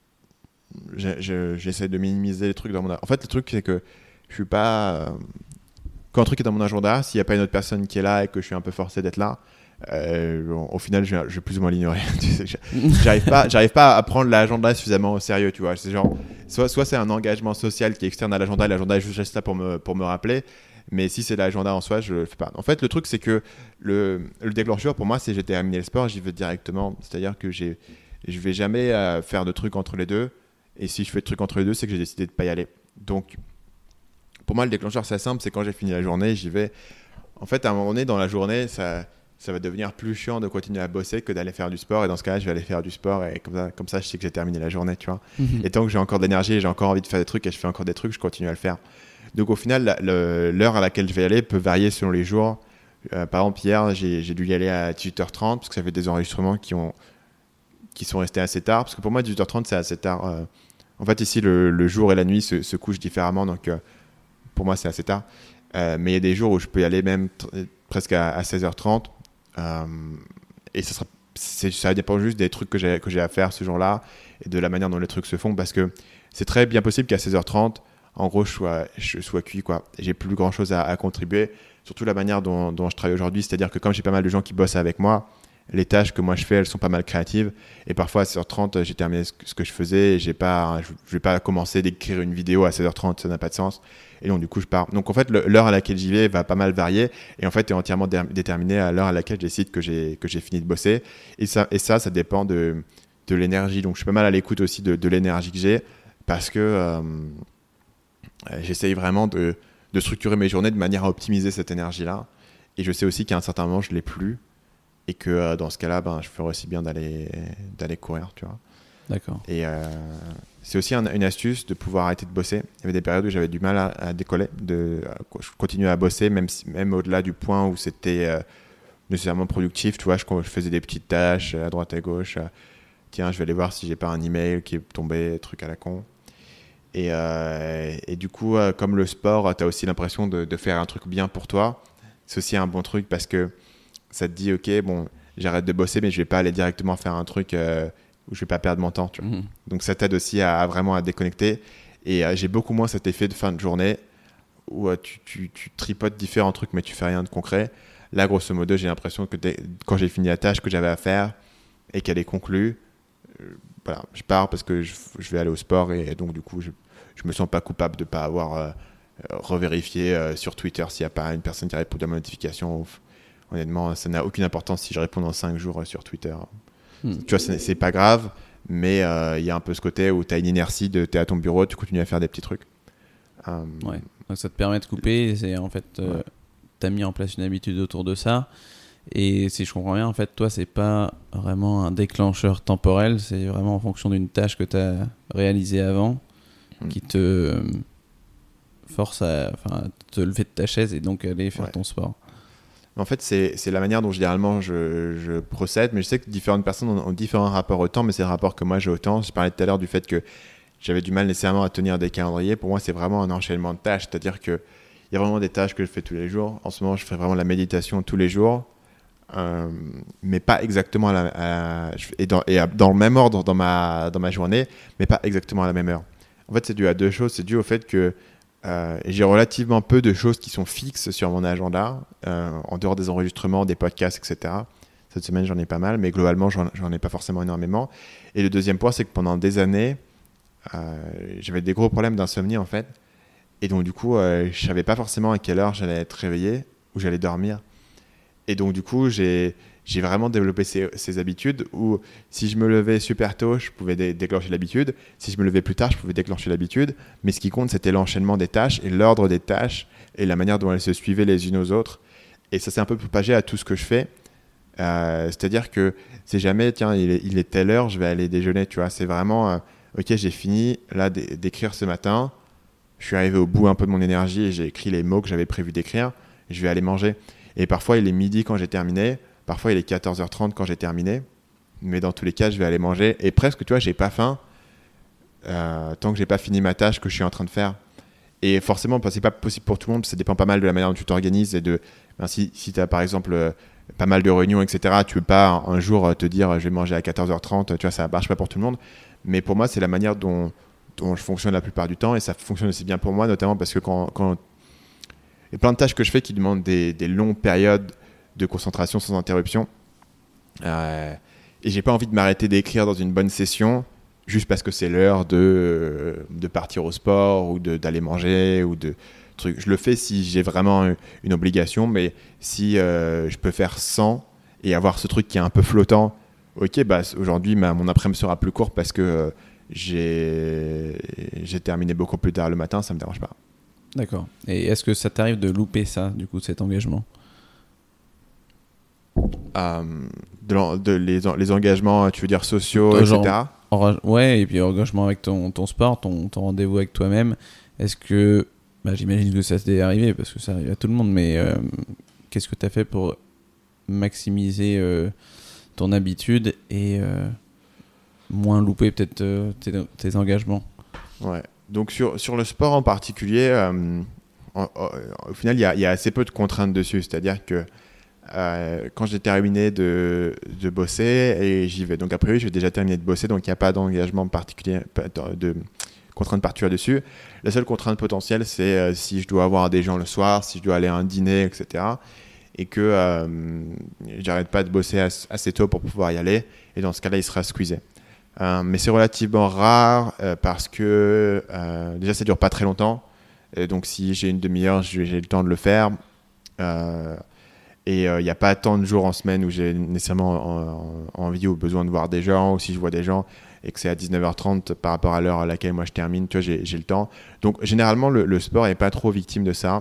[SPEAKER 1] j'essaie de minimiser les trucs dans mon agenda. En fait, le truc, c'est que je suis pas... Quand un truc est dans mon agenda, s'il n'y a pas une autre personne qui est là et que je suis un peu forcé d'être là, au final, je vais plus ou moins l'ignorer. J'arrive pas à prendre l'agenda suffisamment au sérieux, tu vois. C'est genre, soit c'est un engagement social qui est externe à l'agenda, et l'agenda est juste là pour me rappeler. Mais si c'est l'agenda en soi, je le fais pas. En fait, le truc, c'est que le déclencheur, pour moi, c'est j'ai terminé le sport, j'y vais directement. C'est-à-dire que je vais jamais faire de trucs entre les deux. Et si je fais de trucs entre les deux, c'est que j'ai décidé de pas y aller. Donc, pour moi, le déclencheur, c'est simple, c'est quand j'ai fini la journée, j'y vais. En fait, à un moment donné, dans la journée, ça va devenir plus chiant de continuer à bosser que d'aller faire du sport. Et dans ce cas-là, je vais aller faire du sport et comme ça je sais que j'ai terminé la journée, tu vois. Et tant que j'ai encore de l'énergie et j'ai encore envie de faire des trucs et je fais encore des trucs, je continue à le faire. Donc au final, l'heure à laquelle je vais y aller peut varier selon les jours. Par exemple, hier, j'ai dû y aller à 18h30 parce que ça fait des enregistrements qui sont restés assez tard. Parce que pour moi, 18h30, c'est assez tard. En fait, ici, le jour et la nuit se couchent différemment. Donc pour moi, c'est assez tard. Mais il y a des jours où je peux y aller même presque à 16h30. Et ça dépend juste des trucs que j'ai à faire ce jour-là et de la manière dont les trucs se font, parce que c'est très bien possible qu'à 16h30, en gros, je sois cuit, quoi. Et j'ai plus grand-chose à contribuer, surtout la manière dont je travaille aujourd'hui. C'est-à-dire que comme j'ai pas mal de gens qui bossent avec moi, les tâches que moi je fais, elles sont pas mal créatives. Et parfois à 16h30, j'ai terminé ce que je faisais et je vais pas commencer d'écrire une vidéo à 16h30, ça n'a pas de sens. Et donc du coup, je pars. Donc en fait, l'heure à laquelle j'y vais va pas mal varier et en fait est entièrement déterminée à l'heure à laquelle je décide que j'ai fini de bosser. Et ça dépend de l'énergie. Donc je suis pas mal à l'écoute aussi de l'énergie que j'ai, parce que j'essaye vraiment de structurer mes journées de manière à optimiser cette énergie-là. Et je sais aussi qu'à un certain moment, je l'ai plus. Et que dans ce cas-là, je ferais aussi bien d'aller courir, tu vois.
[SPEAKER 2] D'accord.
[SPEAKER 1] Et c'est aussi une astuce de pouvoir arrêter de bosser. Il y avait des périodes où j'avais du mal à décoller. Je continuais à bosser, même au-delà du point où c'était nécessairement productif. Tu vois, je faisais des petites tâches à droite à gauche. Tiens, je vais aller voir si j'ai pas un email qui est tombé, truc à la con. Et du coup, comme le sport, tu as aussi l'impression de faire un truc bien pour toi. C'est aussi un bon truc parce que ça te dit, ok, bon, j'arrête de bosser, mais je vais pas aller directement faire un truc où je vais pas perdre mon temps, tu vois. Donc ça t'aide aussi à vraiment à déconnecter. Et j'ai beaucoup moins cet effet de fin de journée où tu tripotes différents trucs, mais tu fais rien de concret. Là, grosso modo, j'ai l'impression que quand j'ai fini la tâche que j'avais à faire et qu'elle est conclue, voilà, je pars parce que je vais aller au sport et donc du coup, je me sens pas coupable de pas avoir revérifié sur Twitter s'il y a pas une personne qui a répondu à ma notification. Honnêtement, ça n'a aucune importance si je réponds dans 5 jours sur Twitter. Tu vois, c'est pas grave, mais il y a un peu ce côté où tu as une inertie, tu es à ton bureau, tu continues à faire des petits trucs.
[SPEAKER 2] Ouais. Donc ça te permet de couper. C'est en fait, tu as mis en place une habitude autour de ça. Et si je comprends bien, en fait, toi, c'est pas vraiment un déclencheur temporel, c'est vraiment en fonction d'une tâche que tu as réalisée avant qui te force à te lever de ta chaise et donc aller faire ton sport.
[SPEAKER 1] En fait, c'est la manière dont généralement je procède, mais je sais que différentes personnes ont différents rapports au temps, mais c'est le rapport que moi j'ai au temps. Je parlais tout à l'heure du fait que j'avais du mal nécessairement à tenir des calendriers. Pour moi, c'est vraiment un enchaînement de tâches, c'est-à-dire qu'il y a vraiment des tâches que je fais tous les jours. En ce moment, je fais vraiment la méditation tous les jours. Mais pas exactement dans le même ordre dans ma journée, mais pas exactement à la même heure. En fait, c'est dû à deux choses. C'est dû au fait que j'ai relativement peu de choses qui sont fixes sur mon agenda, en dehors des enregistrements, des podcasts, etc. Cette semaine, j'en ai pas mal, mais globalement, j'en ai pas forcément énormément. Et le deuxième point, c'est que pendant des années, j'avais des gros problèmes d'insomnie, en fait. Et donc, du coup, je savais pas forcément à quelle heure j'allais être réveillé ou j'allais dormir. Et donc, du coup, j'ai vraiment développé ces habitudes où si je me levais super tôt, je pouvais déclencher l'habitude. Si je me levais plus tard, je pouvais déclencher l'habitude. Mais ce qui compte, c'était l'enchaînement des tâches et l'ordre des tâches et la manière dont elles se suivaient les unes aux autres. Et ça s'est un peu propagé à tout ce que je fais. C'est-à-dire que c'est jamais, tiens, il est telle heure, je vais aller déjeuner. Tu vois, c'est vraiment, ok, j'ai fini là d'écrire ce matin. Je suis arrivé au bout un peu de mon énergie et j'ai écrit les mots que j'avais prévu d'écrire. Je vais aller manger. Et parfois, il est midi quand j'ai terminé. Parfois, il est 14h30 quand j'ai terminé. Mais dans tous les cas, je vais aller manger. Et presque, tu vois, j'ai pas faim tant que j'ai pas fini ma tâche que je suis en train de faire. Et forcément, c'est pas possible pour tout le monde. Ça dépend pas mal de la manière dont tu t'organises. Et si tu as, par exemple, pas mal de réunions, etc., tu peux pas un jour te dire je vais manger à 14h30. Tu vois, ça marche pas pour tout le monde. Mais pour moi, c'est la manière dont je fonctionne la plupart du temps. Et ça fonctionne aussi bien pour moi, notamment parce que quand il y a plein de tâches que je fais qui demandent des longues périodes de concentration sans interruption. Et j'ai pas envie de m'arrêter d'écrire dans une bonne session juste parce que c'est l'heure de partir au sport ou d'aller manger ou de trucs. Je le fais si j'ai vraiment une obligation, mais si je peux faire sans et avoir ce truc qui est un peu flottant, ok, bah, aujourd'hui mon après-midi sera plus court parce que j'ai terminé beaucoup plus tard le matin, ça me dérange pas.
[SPEAKER 2] D'accord. Et est-ce que ça t'arrive de louper ça, du coup, cet engagement ?
[SPEAKER 1] Les engagements, tu veux dire sociaux, etc.
[SPEAKER 2] Ouais, et puis engagement avec ton sport, ton rendez-vous avec toi-même. Est-ce que, j'imagine que ça t'est arrivé, parce que ça arrive à tout le monde, mais qu'est-ce que tu as fait pour maximiser ton habitude et moins louper peut-être tes engagements ?
[SPEAKER 1] Ouais. Donc sur le sport en particulier, au final, il y a assez peu de contraintes dessus. C'est-à-dire que quand j'ai terminé de bosser, et j'y vais. Donc a priori, j'ai déjà terminé de bosser, donc il n'y a pas d'engagement particulier, de contrainte particulière dessus. La seule contrainte potentielle, c'est si je dois avoir des gens le soir, si je dois aller à un dîner, etc. Et que j'arrête pas de bosser assez tôt pour pouvoir y aller. Et dans ce cas-là, il sera squeezé. Mais c'est relativement rare parce que déjà ça dure pas très longtemps, et donc si j'ai une demi-heure j'ai le temps de le faire, et il n'y a pas tant de jours en semaine où j'ai nécessairement envie ou besoin de voir des gens, ou si je vois des gens et que c'est à 19h30 par rapport à l'heure à laquelle moi je termine, tu vois, j'ai le temps. Donc généralement le sport n'est pas trop victime de ça.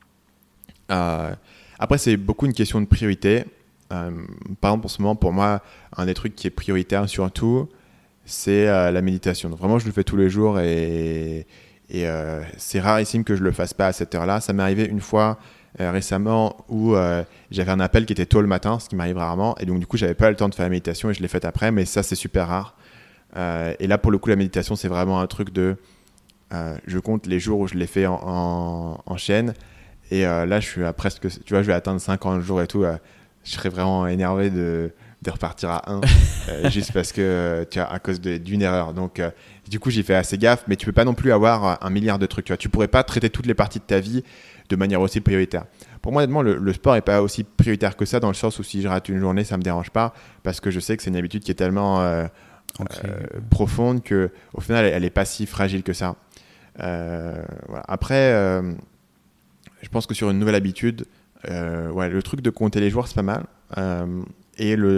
[SPEAKER 1] Après c'est beaucoup une question de priorité. Par exemple en ce moment pour moi un des trucs qui est prioritaire surtout c'est la méditation. Donc vraiment, je le fais tous les jours et c'est rarissime que je le fasse pas à cette heure-là. Ça m'est arrivé une fois récemment où j'avais un appel qui était tôt le matin, ce qui m'arrive rarement, et donc du coup, j'avais pas le temps de faire la méditation et je l'ai faite après, mais ça, c'est super rare. Et là, pour le coup, la méditation, c'est vraiment un truc de... je compte les jours où je l'ai fait en chaîne, et là, je suis à presque... Tu vois, je vais atteindre 50 jours et tout. Je serais vraiment énervé de repartir à 1 juste parce que tu as à cause d'une erreur. Donc du coup j'y fais assez gaffe, mais tu peux pas non plus avoir 1 milliard de trucs, tu pourrais pas traiter toutes les parties de ta vie de manière aussi prioritaire. Pour moi honnêtement le sport est pas aussi prioritaire que ça, dans le sens où si je rate une journée ça me dérange pas, parce que je sais que c'est une habitude qui est tellement profonde que au final elle est pas si fragile que ça. Voilà. Après je pense que sur une nouvelle habitude, le truc de compter les jours c'est pas mal. Et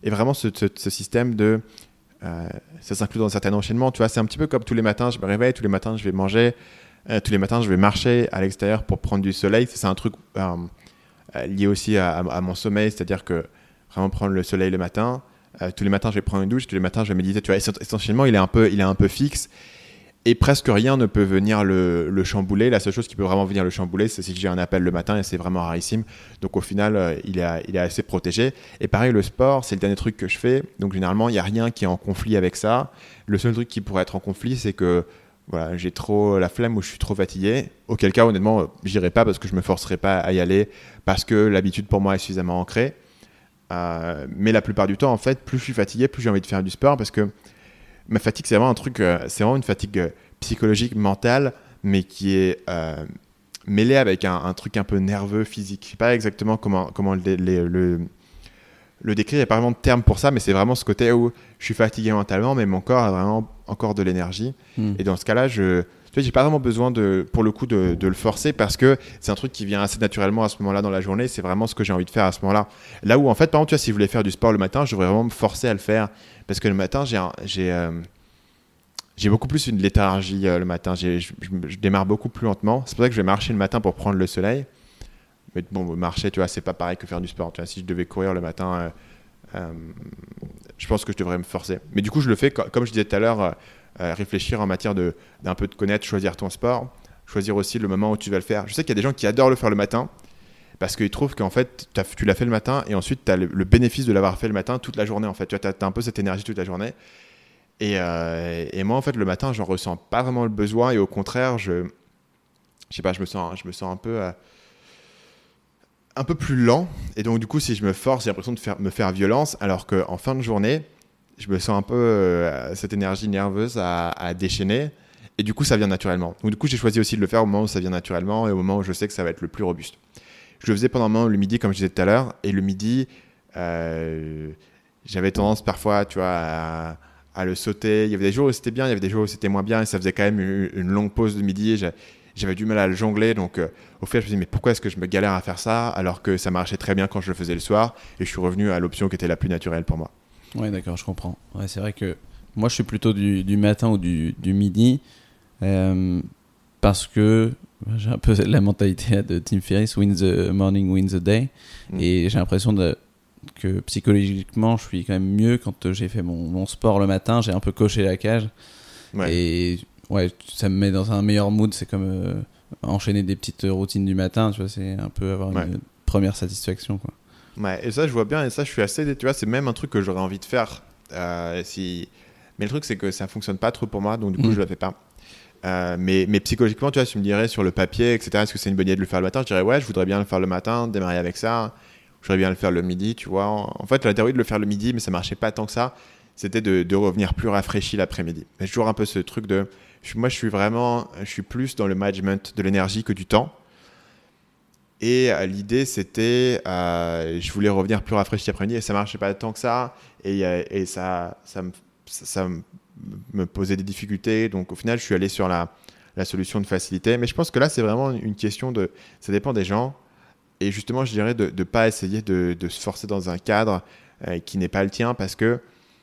[SPEAKER 1] Et vraiment ce système de ça s'inclut dans un certain enchaînement, tu vois, c'est un petit peu comme tous les matins je me réveille, tous les matins je vais manger, tous les matins je vais marcher à l'extérieur pour prendre du soleil. C'est un truc lié aussi à mon sommeil, c'est-à-dire que vraiment prendre le soleil le matin, tous les matins je vais prendre une douche, tous les matins je vais méditer, tu vois. Essentiellement il est un peu fixe et presque rien ne peut venir le chambouler. La seule chose qui peut vraiment venir le chambouler, c'est si j'ai un appel le matin, et c'est vraiment rarissime. Donc au final il est assez protégé. Et pareil, le sport, c'est le dernier truc que je fais, donc généralement il n'y a rien qui est en conflit avec ça. Le seul truc qui pourrait être en conflit, c'est que voilà, j'ai trop la flemme ou je suis trop fatigué, auquel cas honnêtement j'irai pas parce que je me forcerai pas à y aller parce que l'habitude pour moi est suffisamment ancrée. Mais la plupart du temps en fait, plus je suis fatigué, plus j'ai envie de faire du sport, parce que ma fatigue c'est vraiment un truc, c'est vraiment une fatigue psychologique, mentale, mais qui est mêlée avec un truc un peu nerveux, physique. Je sais pas exactement comment le décrire, il n'y a pas vraiment de terme pour ça, mais c'est vraiment ce côté où je suis fatigué mentalement, mais mon corps a vraiment encore de l'énergie. Et dans ce cas-là, tu vois, j'ai pas vraiment besoin pour le coup de le forcer, parce que c'est un truc qui vient assez naturellement à ce moment-là dans la journée. C'est vraiment ce que j'ai envie de faire à ce moment-là. Là où en fait, par exemple, tu vois, si je voulais faire du sport le matin, je devrais vraiment me forcer à le faire, parce que le matin, j'ai beaucoup plus une léthargie le matin. Je démarre beaucoup plus lentement. C'est pour ça que je vais marcher le matin pour prendre le soleil. Mais bon, marcher, tu vois, c'est pas pareil que faire du sport. Tu vois, si je devais courir le matin, je pense que je devrais me forcer. Mais du coup, je le fais, comme je disais tout à l'heure, réfléchir en matière d'un peu de connaître, choisir ton sport, choisir aussi le moment où tu vas le faire. Je sais qu'il y a des gens qui adorent le faire le matin parce qu'ils trouvent qu'en fait, tu l'as fait le matin et ensuite, tu as le bénéfice de l'avoir fait le matin toute la journée. En fait, tu as un peu cette énergie toute la journée. Et moi, en fait, le matin, j'en ressens pas vraiment le besoin, et au contraire, je sais pas, je me sens un peu plus lent, et donc du coup si je me force, j'ai l'impression de me faire violence, alors qu'en fin de journée je me sens un peu cette énergie nerveuse à déchaîner, et du coup ça vient naturellement. Donc du coup j'ai choisi aussi de le faire au moment où ça vient naturellement et au moment où je sais que ça va être le plus robuste. Je le faisais pendant un moment le midi, comme je disais tout à l'heure, et le midi j'avais tendance parfois, tu vois, à le sauter. Il y avait des jours où c'était bien, il y avait des jours où c'était moins bien, et ça faisait quand même une longue pause de midi, et j'avais du mal à le jongler. Donc au fait je me suis dit, mais pourquoi est-ce que je me galère à faire ça alors que ça marchait très bien quand je le faisais le soir, et je suis revenu à l'option qui était la plus naturelle pour moi.
[SPEAKER 2] Ouais, d'accord, je comprends. Ouais, c'est vrai que moi je suis plutôt du matin ou du midi, parce que j'ai un peu la mentalité de Tim Ferriss, win the morning, win the day. Et j'ai l'impression que psychologiquement je suis quand même mieux quand j'ai fait mon sport le matin, j'ai un peu coché la cage. Ouais. Et ouais, ça me met dans un meilleur mood. C'est comme enchaîner des petites routines du matin, tu vois, c'est un peu avoir une première satisfaction, quoi.
[SPEAKER 1] Ouais, et ça je vois bien, et ça je suis assez, tu vois, c'est même un truc que j'aurais envie de faire mais le truc c'est que ça fonctionne pas trop pour moi, donc du coup je le fais pas. Mais psychologiquement, tu vois, tu me dirais sur le papier, etc., est-ce que c'est une bonne idée de le faire le matin? Je dirais ouais, je voudrais bien le faire le matin, démarrer avec ça. Je voudrais bien le faire le midi, tu vois. En fait, la théorie de le faire le midi, mais ça marchait pas tant que ça, c'était de revenir plus rafraîchi l'après-midi. Mais toujours un peu ce truc moi je suis plus dans le management de l'énergie que du temps. Et l'idée c'était, je voulais revenir plus rafraîchi l'après-midi, et ça marchait pas tant que ça, et ça me posait des difficultés. Donc au final je suis allé sur la solution de facilité. Mais je pense que là c'est vraiment une question ça dépend des gens, et justement je dirais de pas essayer de se forcer dans un cadre qui n'est pas le tien, parce que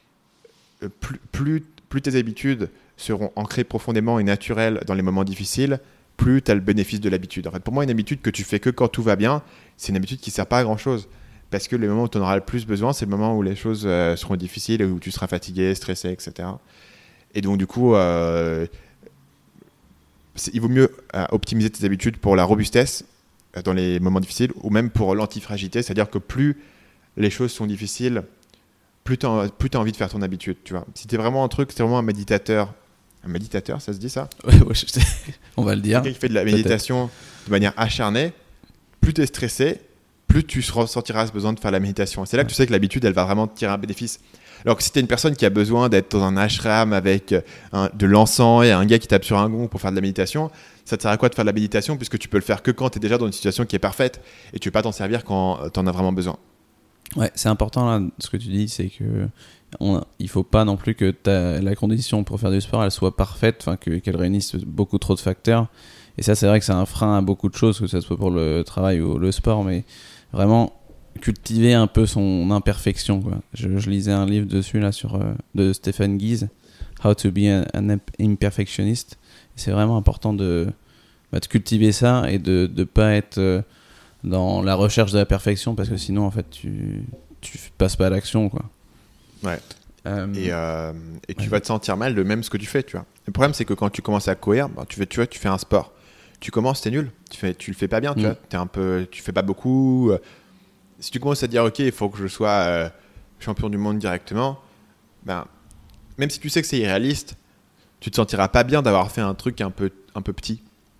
[SPEAKER 1] plus tes habitudes seront ancrées profondément et naturelles dans les moments difficiles, plus tu as le bénéfice de l'habitude. En fait, pour moi, une habitude que tu fais que quand tout va bien, c'est une habitude qui ne sert pas à grand-chose. Parce que les moments où tu en auras le plus besoin, c'est le moment où les choses seront difficiles, et où tu seras fatigué, stressé, etc. Et donc, du coup, il vaut mieux optimiser tes habitudes pour la robustesse dans les moments difficiles, ou même pour l'antifragilité. C'est-à-dire que plus les choses sont difficiles, plus tu as envie de faire ton habitude. Tu vois. Si tu es vraiment c'est vraiment un méditateur. Un méditateur, ça se dit ça?
[SPEAKER 2] Ouais, on va le dire.
[SPEAKER 1] Quelqu'un qui fait de la méditation de manière acharnée, plus tu es stressé, plus tu ressentiras ce besoin de faire la méditation. Et c'est là que tu sais que l'habitude, elle va vraiment te tirer un bénéfice. Alors que si tu es une personne qui a besoin d'être dans un ashram avec de l'encens et un gars qui tape sur un gong pour faire de la méditation, ça te sert à quoi de faire de la méditation, puisque tu peux le faire que quand tu es déjà dans une situation qui est parfaite, et tu ne peux pas t'en servir quand tu en as vraiment besoin.
[SPEAKER 2] Ouais, c'est important là, ce que tu dis, c'est que il faut pas non plus que la condition pour faire du sport elle soit parfaite, qu'elle réunisse beaucoup trop de facteurs. Et ça, c'est vrai que c'est un frein à beaucoup de choses, que ce soit pour le travail ou le sport. Mais vraiment, cultiver un peu son imperfection, quoi. Je lisais un livre dessus là de Stephen Guise, How to be an imperfectionist. C'est vraiment important de cultiver ça et de pas être dans la recherche de la perfection, parce que sinon en fait tu passes pas à l'action, quoi.
[SPEAKER 1] Ouais. Et tu vas te sentir mal de même ce que tu fais, tu vois. Le problème, c'est que quand tu commences à courir, tu fais un sport. Tu commences, t'es nul. Tu le fais pas bien, tu vois. Tu fais pas beaucoup. Si tu commences à te dire, ok, il faut que je sois champion du monde directement, même si tu sais que c'est irréaliste, tu te sentiras pas bien d'avoir fait un truc un peu petit.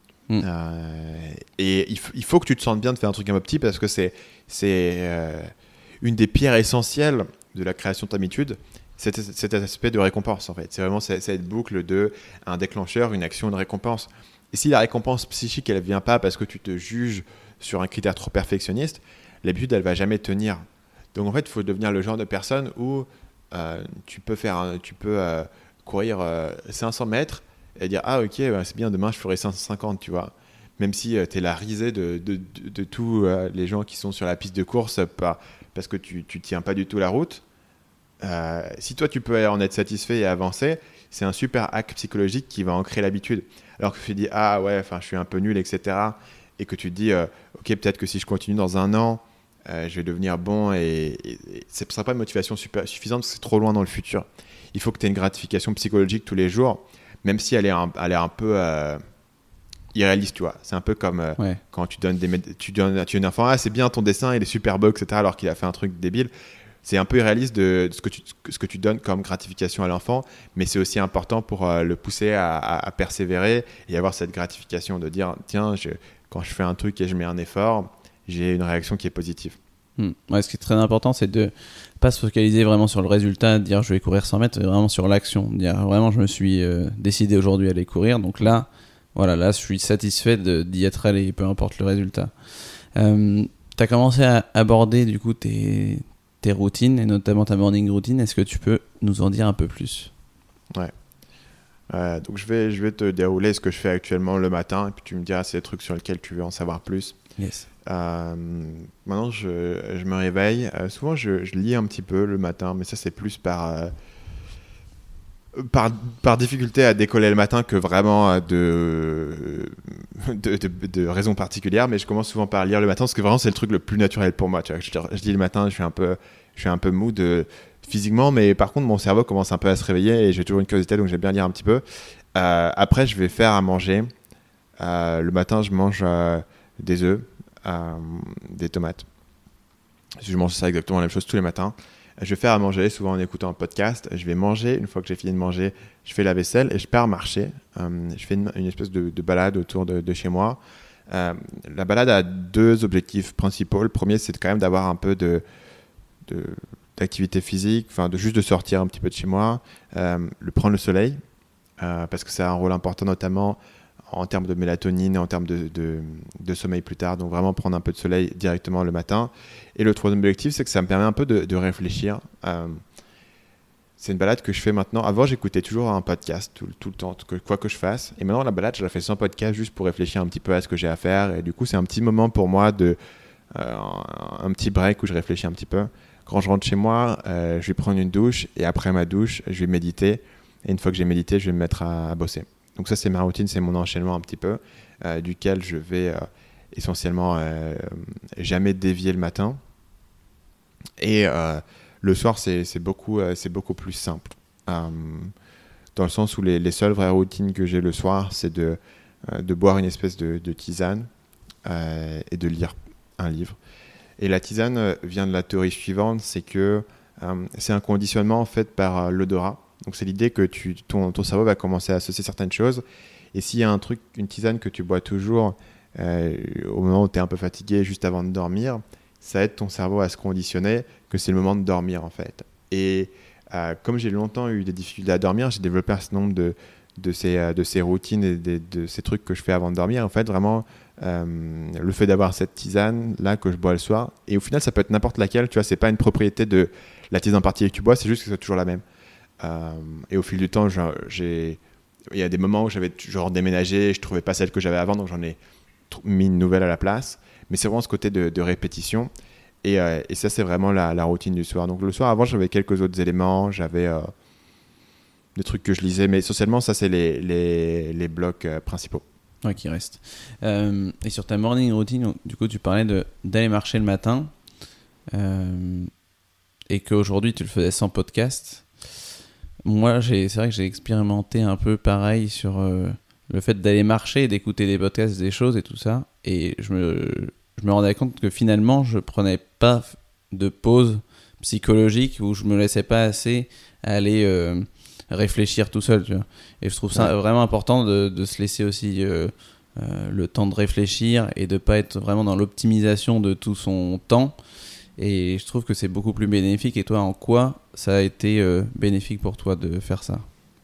[SPEAKER 1] Et il faut que tu te sentes bien de faire un truc un peu petit, parce que c'est une des pierres essentielles de la création d'habitude, cet aspect de récompense, en fait. C'est vraiment cette boucle de un déclencheur, une action, une récompense. Et si la récompense psychique, elle vient pas parce que tu te juges sur un critère trop perfectionniste, l'habitude, elle va jamais tenir. Donc en fait, il faut devenir le genre de personne où tu peux courir 500 mètres et dire, ah ok, c'est bien, demain je ferai 550, tu vois. Même si tu es la risée de tous les gens qui sont sur la piste de course parce que tu tiens pas du tout la route. Si toi tu peux en être satisfait et avancer, c'est un super hack psychologique qui va ancrer l'habitude. Alors que tu dis, ah ouais, je suis un peu nul, etc. Et que tu te dis, ok, peut-être que si je continue dans un an, je vais devenir bon, et ce ne sera pas une motivation suffisante, parce que c'est trop loin dans le futur. Il faut que tu aies une gratification psychologique tous les jours, même si elle est un peu irréaliste, tu vois. C'est un peu comme quand tu donnes un enfant, ah c'est bien ton dessin, il est super beau, etc. alors qu'il a fait un truc débile. C'est un peu irréaliste de ce que tu donnes comme gratification à l'enfant, mais c'est aussi important pour le pousser à persévérer et avoir cette gratification de dire, tiens, quand je fais un truc et je mets un effort, j'ai une réaction qui est positive.
[SPEAKER 2] Ouais, ce qui est très important, c'est de pas se focaliser vraiment sur le résultat, de dire je vais courir 100 mètres, mais vraiment sur l'action, de dire vraiment je me suis décidé aujourd'hui à aller courir, donc là je suis satisfait d'y être allé, peu importe le résultat. T'as commencé à aborder du coup tes routines, et notamment ta morning routine. Est-ce que tu peux nous en dire un peu plus?
[SPEAKER 1] Ouais. Donc je vais te dérouler ce que je fais actuellement le matin, et puis tu me diras si c'est des trucs sur lesquels tu veux en savoir plus.
[SPEAKER 2] Yes.
[SPEAKER 1] Maintenant, je me réveille. Souvent, je lis un petit peu le matin, mais ça, c'est plus par difficulté à décoller le matin que vraiment de raisons particulières. Mais je commence souvent par lire le matin, parce que vraiment, c'est le truc le plus naturel pour moi. Tu vois, je lis le matin, je suis un peu mou physiquement, mais par contre, mon cerveau commence un peu à se réveiller et j'ai toujours une curiosité, donc j'aime bien lire un petit peu. Après, je vais faire à manger. Le matin, je mange des œufs, des tomates. Je mange ça exactement la même chose tous les matins. Je vais faire à manger, souvent en écoutant un podcast. Je vais manger. Une fois que j'ai fini de manger, je fais la vaisselle et je pars marcher. Je fais une espèce de balade autour de chez moi. La balade a deux objectifs principaux. Le premier, c'est quand même d'avoir un peu d'activité physique, juste de sortir un petit peu de chez moi, prendre le soleil, parce que ça a un rôle important, notamment en termes de mélatonine et en termes de sommeil plus tard. Donc vraiment prendre un peu de soleil directement le matin. Et le troisième objectif, c'est que ça me permet un peu de réfléchir. C'est une balade que je fais maintenant. Avant, j'écoutais toujours un podcast tout le temps, quoi que je fasse. Et maintenant, la balade, je la fais sans podcast, juste pour réfléchir un petit peu à ce que j'ai à faire. Et du coup, c'est un petit moment pour moi un petit break où je réfléchis un petit peu. Quand je rentre chez moi, je vais prendre une douche, et après ma douche, je vais méditer. Et une fois que j'ai médité, je vais me mettre à bosser. Donc ça, c'est ma routine, c'est mon enchaînement un petit peu, duquel je vais essentiellement jamais dévier le matin. Et le soir, c'est beaucoup plus simple. Dans le sens où les seules vraies routines que j'ai le soir, c'est de boire une espèce de tisane et de lire un livre. Et la tisane vient de la théorie suivante, c'est que c'est un conditionnement en fait par l'odorat. Donc c'est l'idée que ton cerveau va commencer à associer certaines choses. Et s'il y a une tisane que tu bois toujours au moment où tu es un peu fatigué, juste avant de dormir, ça aide ton cerveau à se conditionner que c'est le moment de dormir en fait. Et comme j'ai longtemps eu des difficultés à dormir, j'ai développé un certain nombre de ces routines et de ces trucs que je fais avant de dormir. En fait, vraiment, le fait d'avoir cette tisane là que je bois le soir, et au final, ça peut être n'importe laquelle. Tu vois, c'est pas une propriété de la tisane en particulier que tu bois, c'est juste que c'est toujours la même. Et au fil du temps, il y a des moments où j'avais genre déménagé, je trouvais pas celle que j'avais avant, donc j'en ai mis une nouvelle à la place. Mais c'est vraiment ce côté de répétition. Et ça, c'est vraiment la routine du soir. Donc le soir, avant, j'avais quelques autres éléments. J'avais des trucs que je lisais. Mais essentiellement, ça, c'est les blocs principaux.
[SPEAKER 2] Ouais, qui reste. Et sur ta morning routine, du coup, tu parlais d'aller marcher le matin et qu'aujourd'hui, tu le faisais sans podcast. Moi, c'est vrai que j'ai expérimenté un peu pareil sur le fait d'aller marcher et d'écouter des podcasts, des choses et tout ça. Et je me rendais compte que finalement, je prenais pas de pause psychologique où je me laissais pas assez aller réfléchir tout seul, tu vois. Et je trouve ça vraiment important de se laisser aussi le temps de réfléchir et de pas être vraiment dans l'optimisation de tout son temps. Et je trouve que c'est beaucoup plus bénéfique. Et toi, en quoi ça a été bénéfique pour toi de faire ça ?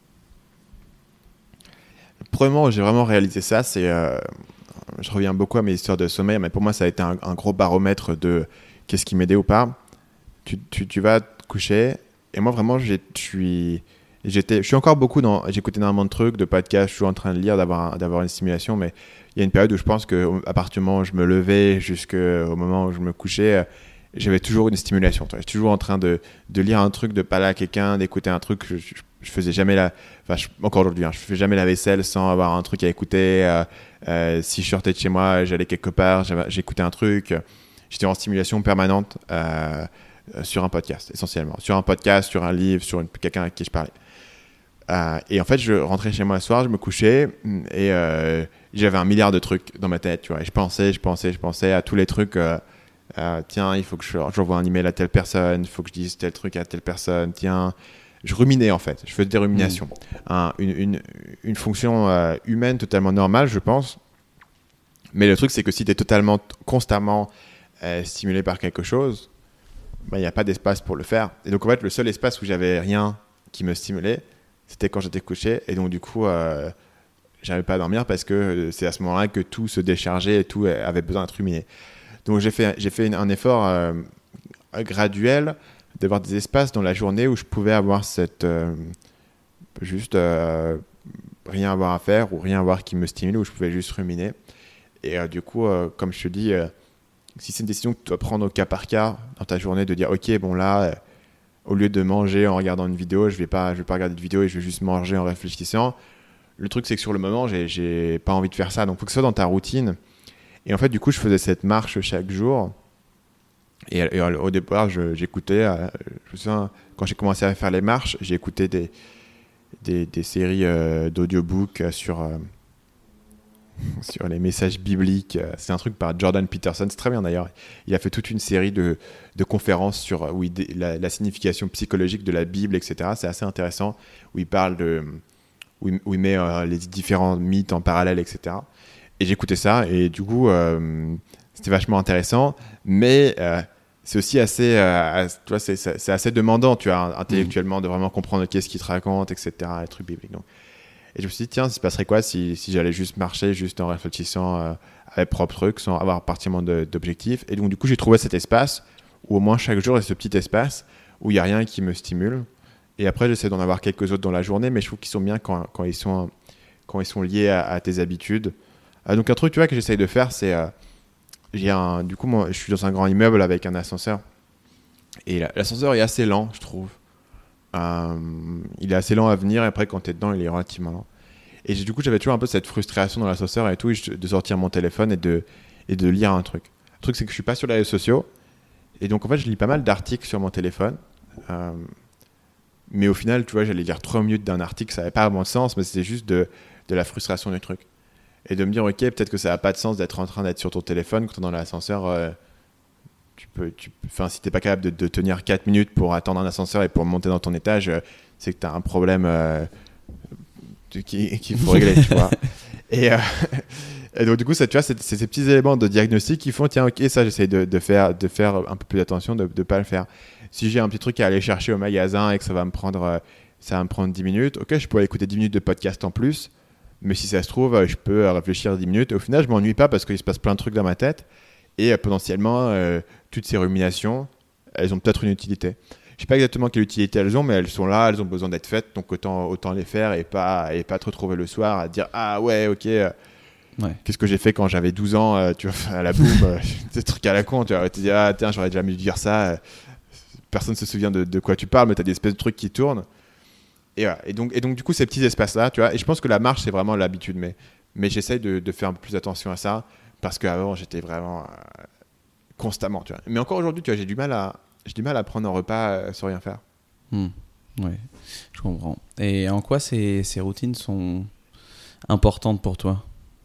[SPEAKER 1] Le premier moment où j'ai vraiment réalisé ça, c'est... je reviens beaucoup à mes histoires de sommeil, mais pour moi, ça a été un gros baromètre de qu'est-ce qui m'aidait ou pas. Tu vas te coucher, et moi, vraiment, je suis encore beaucoup j'écoute énormément de trucs, de podcasts, je suis en train de lire, d'avoir une stimulation, mais il y a une période où je pense qu'à partir du moment où je me levais jusqu'au moment où je me couchais, j'avais toujours une stimulation. J'étais toujours en train de lire un truc, de parler à quelqu'un, d'écouter un truc. Je faisais jamais encore aujourd'hui, je fais jamais la vaisselle sans avoir un truc à écouter. Si je sortais de chez moi, j'allais quelque part, j'écoutais un truc. J'étais en stimulation permanente sur un podcast, essentiellement. Sur un podcast, sur un livre, sur quelqu'un avec qui je parlais. Et en fait, je rentrais chez moi le soir, je me couchais et j'avais 1 milliard de trucs dans ma tête. Tu vois, et je pensais à tous les trucs. Tiens, il faut que j'envoie un email à telle personne, il faut que je dise tel truc à telle personne. Tiens, je ruminais en fait, je faisais des ruminations. Une fonction humaine totalement normale, je pense. Mais le truc, c'est que si tu es constamment stimulé par quelque chose, il n'y a pas d'espace pour le faire. Et donc en fait, le seul espace où j'avais rien qui me stimulait, c'était quand j'étais couché. Et donc du coup, j'arrivais pas à dormir parce que c'est à ce moment-là que tout se déchargeait et tout avait besoin d'être ruminé. Donc j'ai fait un effort graduel d'avoir des espaces dans la journée où je pouvais avoir rien avoir à faire ou rien avoir qui me stimule, où je pouvais juste ruminer. Et du coup, comme je te dis, si c'est une décision que tu dois prendre au cas par cas dans ta journée, de dire ok, bon là, au lieu de manger en regardant une vidéo, je vais pas regarder de vidéo et je vais juste manger en réfléchissant. Le truc, c'est que sur le moment, j'ai pas envie de faire ça. Donc, il faut que ce soit dans ta routine. Et en fait, du coup, je faisais cette marche chaque jour. Et au départ, j'écoutais. Je me souviens, quand j'ai commencé à faire les marches, j'ai écouté des séries d'audiobooks sur les messages bibliques. C'est un truc par Jordan Peterson. C'est très bien d'ailleurs. Il a fait toute une série de conférences sur la signification psychologique de la Bible, etc. C'est assez intéressant. Où il parle où il met les différents mythes en parallèle, etc. Et j'écoutais ça, et du coup, c'était vachement intéressant, mais c'est aussi assez, tu vois, c'est assez demandant, tu vois, intellectuellement, de vraiment comprendre qu'est-ce qu'il te raconte, etc., les trucs bibliques. Donc. Et je me suis dit, tiens, il se passerait quoi si j'allais juste marcher, juste en réfléchissant à mes propres trucs, sans avoir particulièrement d'objectifs. Et donc, du coup, j'ai trouvé cet espace, où au moins chaque jour, il y a ce petit espace, où il n'y a rien qui me stimule. Et après, j'essaie d'en avoir quelques autres dans la journée, mais je trouve qu'ils sont bien quand ils sont liés à tes habitudes. Donc un truc, tu vois, que j'essaye de faire, c'est du coup, moi, je suis dans un grand immeuble avec un ascenseur, et l'ascenseur est assez lent, je trouve. Il est assez lent à venir, et après quand tu es dedans, il est relativement lent. Et du coup, j'avais toujours un peu cette frustration dans l'ascenseur et tout, de sortir mon téléphone et de lire un truc. Le truc, c'est que je suis pas sur les réseaux sociaux, et donc en fait, je lis pas mal d'articles sur mon téléphone. Mais au final, tu vois, j'allais lire 3 minutes d'un article, ça n'avait pas vraiment de sens, mais c'était juste de la frustration du truc. Et de me dire, ok, peut-être que ça n'a pas de sens d'être en train d'être sur ton téléphone quand tu es dans l'ascenseur. Si tu n'es pas capable de tenir 4 minutes pour attendre un ascenseur et pour monter dans ton étage, c'est que tu as un problème qu'il faut régler, tu vois. Et donc, du coup, ça, tu vois, c'est ces petits éléments de diagnostic qui font, tiens, ok, ça, j'essaye de faire un peu plus d'attention, de ne pas le faire. Si j'ai un petit truc à aller chercher au magasin et que ça va me prendre 10 minutes, ok, je pourrais écouter 10 minutes de podcast en plus. Mais si ça se trouve, je peux réfléchir 10 minutes. Et au final, je ne m'ennuie pas parce qu'il se passe plein de trucs dans ma tête. Et potentiellement, toutes ces ruminations, elles ont peut-être une utilité. Je ne sais pas exactement quelle utilité elles ont, mais elles sont là, elles ont besoin d'être faites. Donc autant les faire et pas te retrouver le soir à dire « Ah ouais, ok,
[SPEAKER 2] Ouais.
[SPEAKER 1] Qu'est-ce que j'ai fait quand j'avais 12 ans, tu vois, à la boum, des trucs à la con, tu vois. Tu te dis, ah, tiens, j'aurais jamais dû dire ça. Personne ne se souvient de quoi tu parles, mais tu as des espèces de trucs qui tournent. Et, voilà. Et donc, du coup, ces petits espaces-là, tu vois. Et je pense que la marche, c'est vraiment l'habitude. Mais j'essaye de faire un peu plus attention à ça, parce qu'avant, j'étais vraiment constamment, tu vois. Mais encore aujourd'hui, tu vois, j'ai du mal à prendre un repas sans rien faire.
[SPEAKER 2] Ouais, je comprends. Et en quoi ces routines sont importantes pour toi?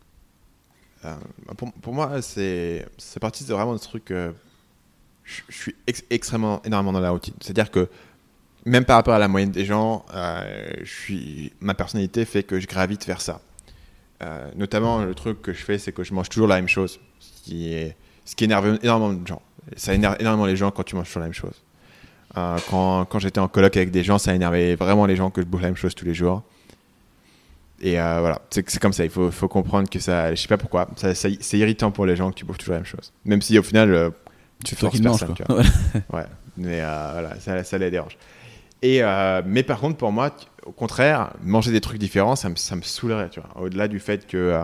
[SPEAKER 1] Pour moi, c'est parti de vraiment de ce truc. Je suis énormément dans la routine. C'est-à-dire que même par rapport à la moyenne des gens, ma personnalité fait que je gravite vers ça. Notamment, le truc que je fais, c'est que je mange toujours la même chose, ce qui énerve énormément de gens. Ça énerve énormément les gens quand tu manges toujours la même chose. Quand j'étais en coloc avec des gens, ça énervait vraiment les gens que je bouffe la même chose tous les jours. Et voilà, c'est comme ça. Il faut comprendre que ça, je sais pas pourquoi, c'est irritant pour les gens que tu bouffes toujours la même chose. Même si au final, tu forces personne. Tu vois. Ouais, mais voilà, ça les dérange. Mais par contre, pour moi, au contraire, manger des trucs différents, ça me saoulerait. Tu vois. Au-delà du fait que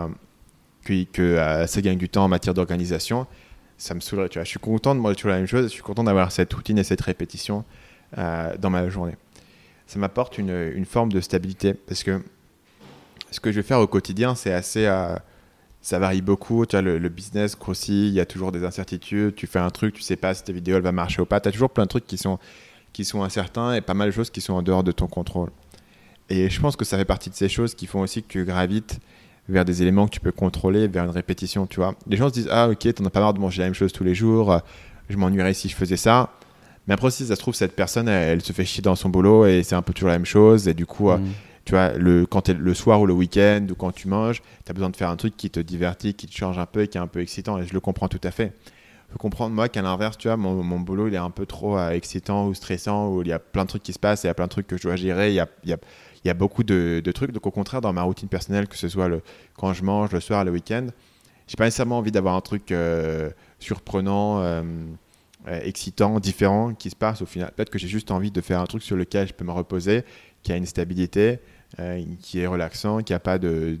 [SPEAKER 1] ça gagne du temps en matière d'organisation, ça me saoulerait. Tu vois. Je suis content de manger toujours la même chose. Je suis content d'avoir cette routine et cette répétition dans ma journée. Ça m'apporte une forme de stabilité parce que ce que je vais faire au quotidien, c'est assez... ça varie beaucoup. Tu vois, le business grossit, il y a toujours des incertitudes. Tu fais un truc, tu sais pas si ta vidéo elle va marcher ou pas. Tu as toujours plein de trucs qui sont incertains et pas mal de choses qui sont en dehors de ton contrôle. Et je pense que ça fait partie de ces choses qui font aussi que tu gravites vers des éléments que tu peux contrôler, vers une répétition, tu vois. Les gens se disent « Ah ok, t'en as pas marre de manger la même chose tous les jours, je m'ennuierais si je faisais ça. » Mais après si ça se trouve, cette personne, elle se fait chier dans son boulot et c'est un peu toujours la même chose. Et du coup, tu vois, quand t'es le soir ou le week-end ou quand tu manges, tu as besoin de faire un truc qui te divertit, qui te change un peu et qui est un peu excitant. Et je le comprends tout à fait. Je peux comprendre, moi, qu'à l'inverse, tu vois, mon boulot, il est un peu trop excitant ou stressant, où il y a plein de trucs qui se passent, il y a plein de trucs que je dois gérer, il y a beaucoup de trucs. Donc, au contraire, dans ma routine personnelle, que ce soit quand je mange, le soir, le week-end, j'ai pas nécessairement envie d'avoir un truc surprenant, excitant, différent qui se passe au final. Peut-être que j'ai juste envie de faire un truc sur lequel je peux me reposer, qui a une stabilité, qui est relaxant, qui n'a pas de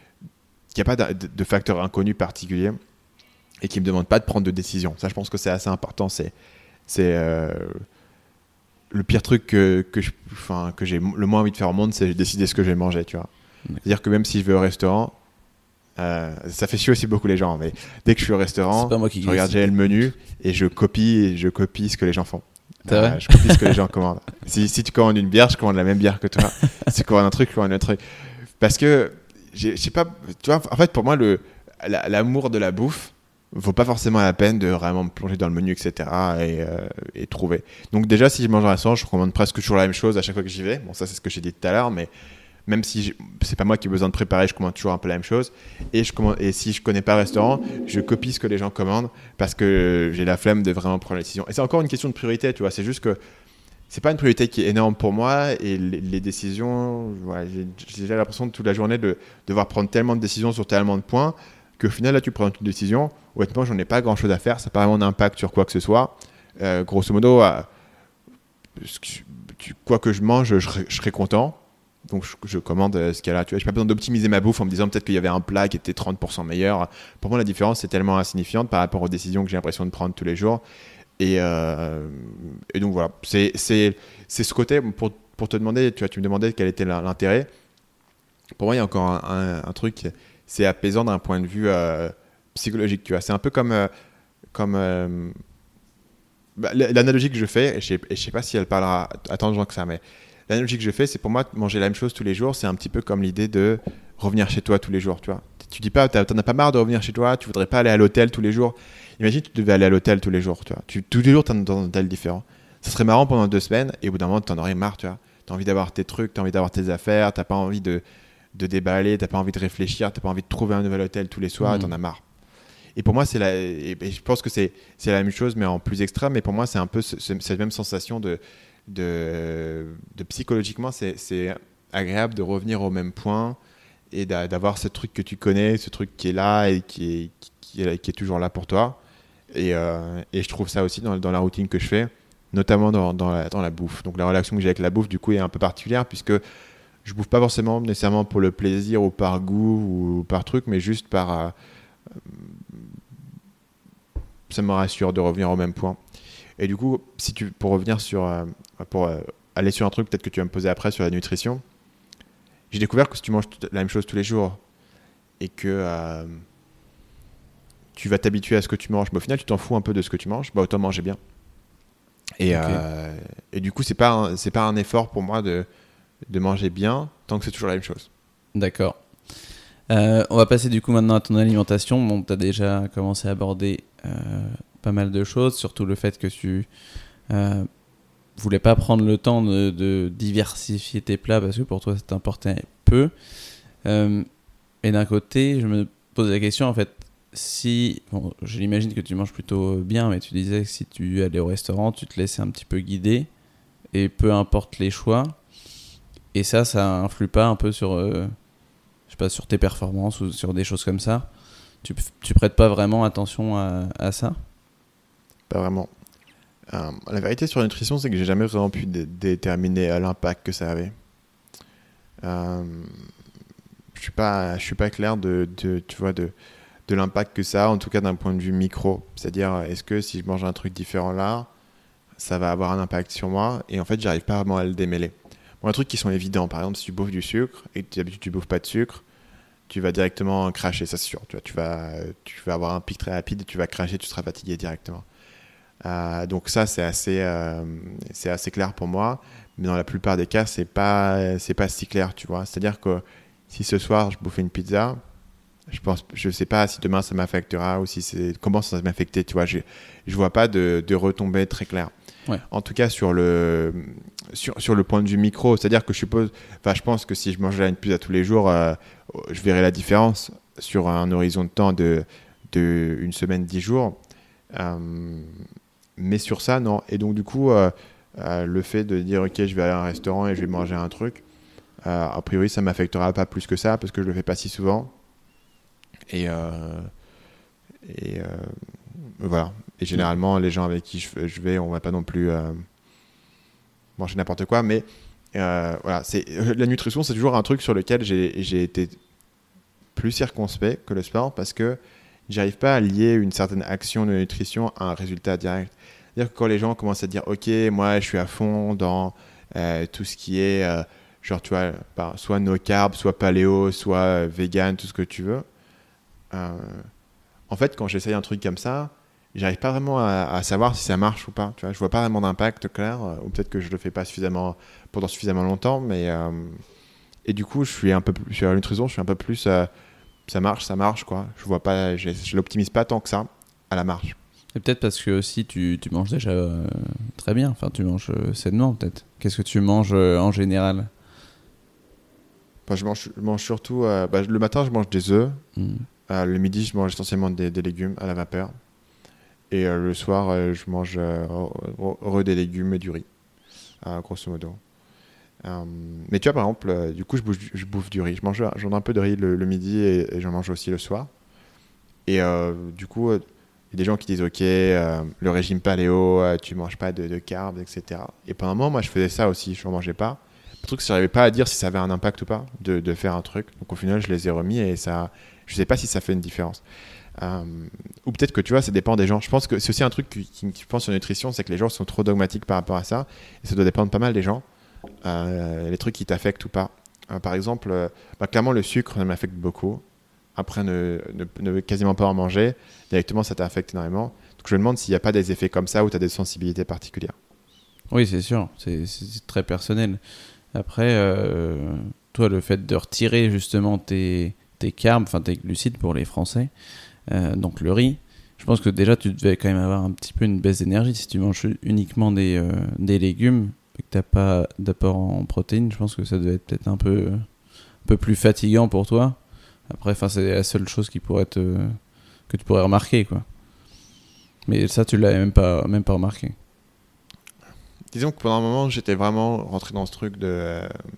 [SPEAKER 1] facteur inconnu particulier et qui ne me demande pas de prendre de décision. Ça, je pense que c'est assez important. C'est le pire truc que j'ai le moins envie de faire au monde, c'est décider ce que je vais manger, tu vois. C'est-à-dire que même si je vais au restaurant, ça fait chier aussi beaucoup les gens, mais dès que je suis au restaurant, je regarde le menu et je copie ce que les gens font. Je copie ce que les gens commandent. Si tu commandes une bière, je commande la même bière que toi. Si tu commandes un truc, je commande un autre truc. Parce que, je sais pas, tu vois, en fait, pour moi, l'amour de la bouffe vaut pas forcément la peine de vraiment me plonger dans le menu, etc. et trouver. Donc déjà, si je mange un restaurant, je commande presque toujours la même chose à chaque fois que j'y vais. Bon, ça, c'est ce que j'ai dit tout à l'heure, mais même si c'est pas moi qui ai besoin de préparer, je commande toujours un peu la même chose. Et si je connais pas le restaurant, je copie ce que les gens commandent parce que j'ai la flemme de vraiment prendre la décision. Et c'est encore une question de priorité, tu vois. C'est juste que c'est pas une priorité qui est énorme pour moi et les décisions, voilà, j'ai déjà l'impression de toute la journée de devoir prendre tellement de décisions sur tellement de points qu'au final, là, tu prends une décision. Honnêtement, j'en ai pas grand chose à faire. Ça n'a pas vraiment d'impact sur quoi que ce soit. Grosso modo, quoi que je mange, je serai content. Donc, je commande ce qu'il y a là. Tu vois, je n'ai pas besoin d'optimiser ma bouffe en me disant peut-être qu'il y avait un plat qui était 30% meilleur. Pour moi, la différence, c'est tellement insignifiante par rapport aux décisions que j'ai l'impression de prendre tous les jours. Et donc, voilà. C'est ce côté, pour te demander, tu vois, tu me demandais quel était l'intérêt. Pour moi, il y a encore un truc, c'est apaisant d'un point de vue psychologique. Tu vois. C'est un peu comme l'analogie que je fais, et je ne sais pas si elle parlera à tant de gens que ça, mais l'analogie que je fais, c'est pour moi, manger la même chose tous les jours, c'est un petit peu comme l'idée de revenir chez toi tous les jours, tu vois. Tu dis pas, t'en as pas marre de revenir chez toi, tu voudrais pas aller à l'hôtel tous les jours. Imagine, tu devais aller à l'hôtel tous les jours, tu vois. Tous les jours, tu es dans un hôtel différent. Ça serait marrant pendant 2 semaines, et au bout d'un moment, tu en aurais marre, tu vois. Tu as envie d'avoir tes trucs, tu as envie d'avoir tes affaires, tu n'as pas envie de déballer, tu n'as pas envie de réfléchir, tu n'as pas envie de trouver un nouvel hôtel tous les soirs, tu en as marre. Et pour moi, et je pense que c'est la même chose, mais en plus extrême. Mais pour moi, c'est un peu cette même sensation de psychologiquement, c'est agréable de revenir au même point et d'avoir ce truc que tu connais, ce truc qui est là et qui est toujours là pour toi. Et je trouve ça aussi dans la routine que je fais, notamment dans la bouffe. Donc la relation que j'ai avec la bouffe, du coup, est un peu particulière puisque je bouffe pas forcément nécessairement pour le plaisir ou par goût ou par truc, mais juste par ça me rassure de revenir au même point. Et du coup, pour revenir pour aller sur un truc peut-être que tu vas me poser après sur la nutrition, j'ai découvert que si tu manges la même chose tous les jours et que tu vas t'habituer à ce que tu manges, mais au final tu t'en fous un peu de ce que tu manges, bah autant manger bien. Et,
[SPEAKER 2] Ok.
[SPEAKER 1] et du coup, c'est pas un effort pour moi de manger bien tant que c'est toujours la même chose.
[SPEAKER 2] D'accord. On va passer du coup maintenant à ton alimentation. Bon, tu as déjà commencé à aborder pas mal de choses, surtout le fait que tu voulais pas prendre le temps de diversifier tes plats parce que pour toi ça t'importait peu. Et d'un côté, je me pose la question en fait, bon, je l'imagine que tu manges plutôt bien, mais tu disais que si tu allais au restaurant, tu te laissais un petit peu guider et peu importe les choix. Et ça influe pas un peu sur, je sais pas, sur tes performances ou sur des choses comme ça. Tu prêtes pas vraiment attention à ça?
[SPEAKER 1] Pas vraiment. La vérité sur la nutrition, c'est que j'ai jamais vraiment pu déterminer l'impact que ça avait. Je suis pas clair tu vois, de l'impact que ça a, en tout cas d'un point de vue micro. C'est-à-dire, est-ce que si je mange un truc différent là, ça va avoir un impact sur moi? Et en fait, j'arrive pas vraiment à le démêler. Bon, un truc qui sont évidents, par exemple, si tu bouffes du sucre et que d'habitude tu bouffes pas de sucre, tu vas directement cracher, ça c'est sûr. Tu vas avoir un pic très rapide et tu vas cracher, tu seras fatigué directement. Donc ça, c'est assez clair pour moi. Mais dans la plupart des cas, c'est pas si clair, tu vois. C'est-à-dire que si ce soir, je bouffais une pizza, je sais pas si demain ça m'affectera ou comment ça va m'affecter, tu vois. Je vois pas de retombées très claires.
[SPEAKER 2] Ouais.
[SPEAKER 1] En tout cas, sur le point de vue micro, c'est-à-dire que je pense que si je mangeais une pizza tous les jours, je verrais la différence sur un horizon de temps de une semaine, 10 jours. Mais sur ça, non. Et donc, du coup, le fait de dire, OK, je vais aller à un restaurant et je vais manger un truc, a priori, ça ne m'affectera pas plus que ça parce que je ne le fais pas si souvent. Et voilà. Et généralement, les gens avec qui je vais, on ne va pas non plus manger n'importe quoi. Mais voilà, la nutrition, c'est toujours un truc sur lequel j'ai été plus circonspect que le sport parce que j'arrive pas à lier une certaine action de nutrition à un résultat direct. C'est-à-dire que quand les gens commencent à dire « Ok, moi, je suis à fond dans tout ce qui est, genre, tu vois, soit no carb, soit paléo, soit vegan, tout ce que tu veux. » En fait, quand j'essaye un truc comme ça, j'arrive pas vraiment à savoir si ça marche ou pas. Tu vois, je vois pas vraiment d'impact clair, ou peut-être que je le fais pas pendant suffisamment longtemps, mais et du coup, sur la nutrition, je suis un peu plus ça marche quoi. Je vois pas, je l'optimise pas tant que ça à la marche.
[SPEAKER 2] Et peut-être parce que aussi tu manges déjà très bien, enfin tu manges sainement peut-être. Qu'est-ce que tu manges en général?
[SPEAKER 1] Enfin, je mange surtout, le matin je mange des œufs, le midi je mange essentiellement des légumes à la vapeur, et le soir je mange des légumes et du riz, grosso modo. Mais tu vois, par exemple, du coup, je bouffe du riz. J'en ai un peu de riz le midi et j'en mange aussi le soir. Et du coup, il y a des gens qui disent ok, le régime paléo, tu manges pas de carbs, etc. Et pendant un moment, moi, je faisais ça aussi. Je n'en mangeais pas. Le truc, c'est que je n'arrivais pas à dire si ça avait un impact ou pas de faire un truc. Donc au final, je les ai remis et ça, je sais pas si ça fait une différence. Ou peut-être que tu vois, ça dépend des gens. Je pense que c'est aussi un truc qui je pense sur la nutrition, c'est que les gens sont trop dogmatiques par rapport à ça. Et ça doit dépendre pas mal des gens. Les trucs qui t'affectent ou pas. Par exemple, clairement le sucre ça m'affecte beaucoup. Après ne quasiment pas en manger, directement ça t'affecte énormément. Donc je me demande s'il n'y a pas des effets comme ça où tu as des sensibilités particulières.
[SPEAKER 2] Oui, c'est sûr, c'est très personnel. Après, toi, le fait de retirer justement tes carbs, enfin tes glucides pour les Français, donc le riz, je pense que déjà tu devais quand même avoir un petit peu une baisse d'énergie si tu manges uniquement des légumes et que tu n'as pas d'apport en protéines. Je pense que ça devait être peut-être un peu plus fatigant pour toi. Après, c'est la seule chose que tu pourrais remarquer, quoi. Mais ça, tu l'avais même pas remarqué.
[SPEAKER 1] Disons que pendant un moment, j'étais vraiment rentré dans ce truc de...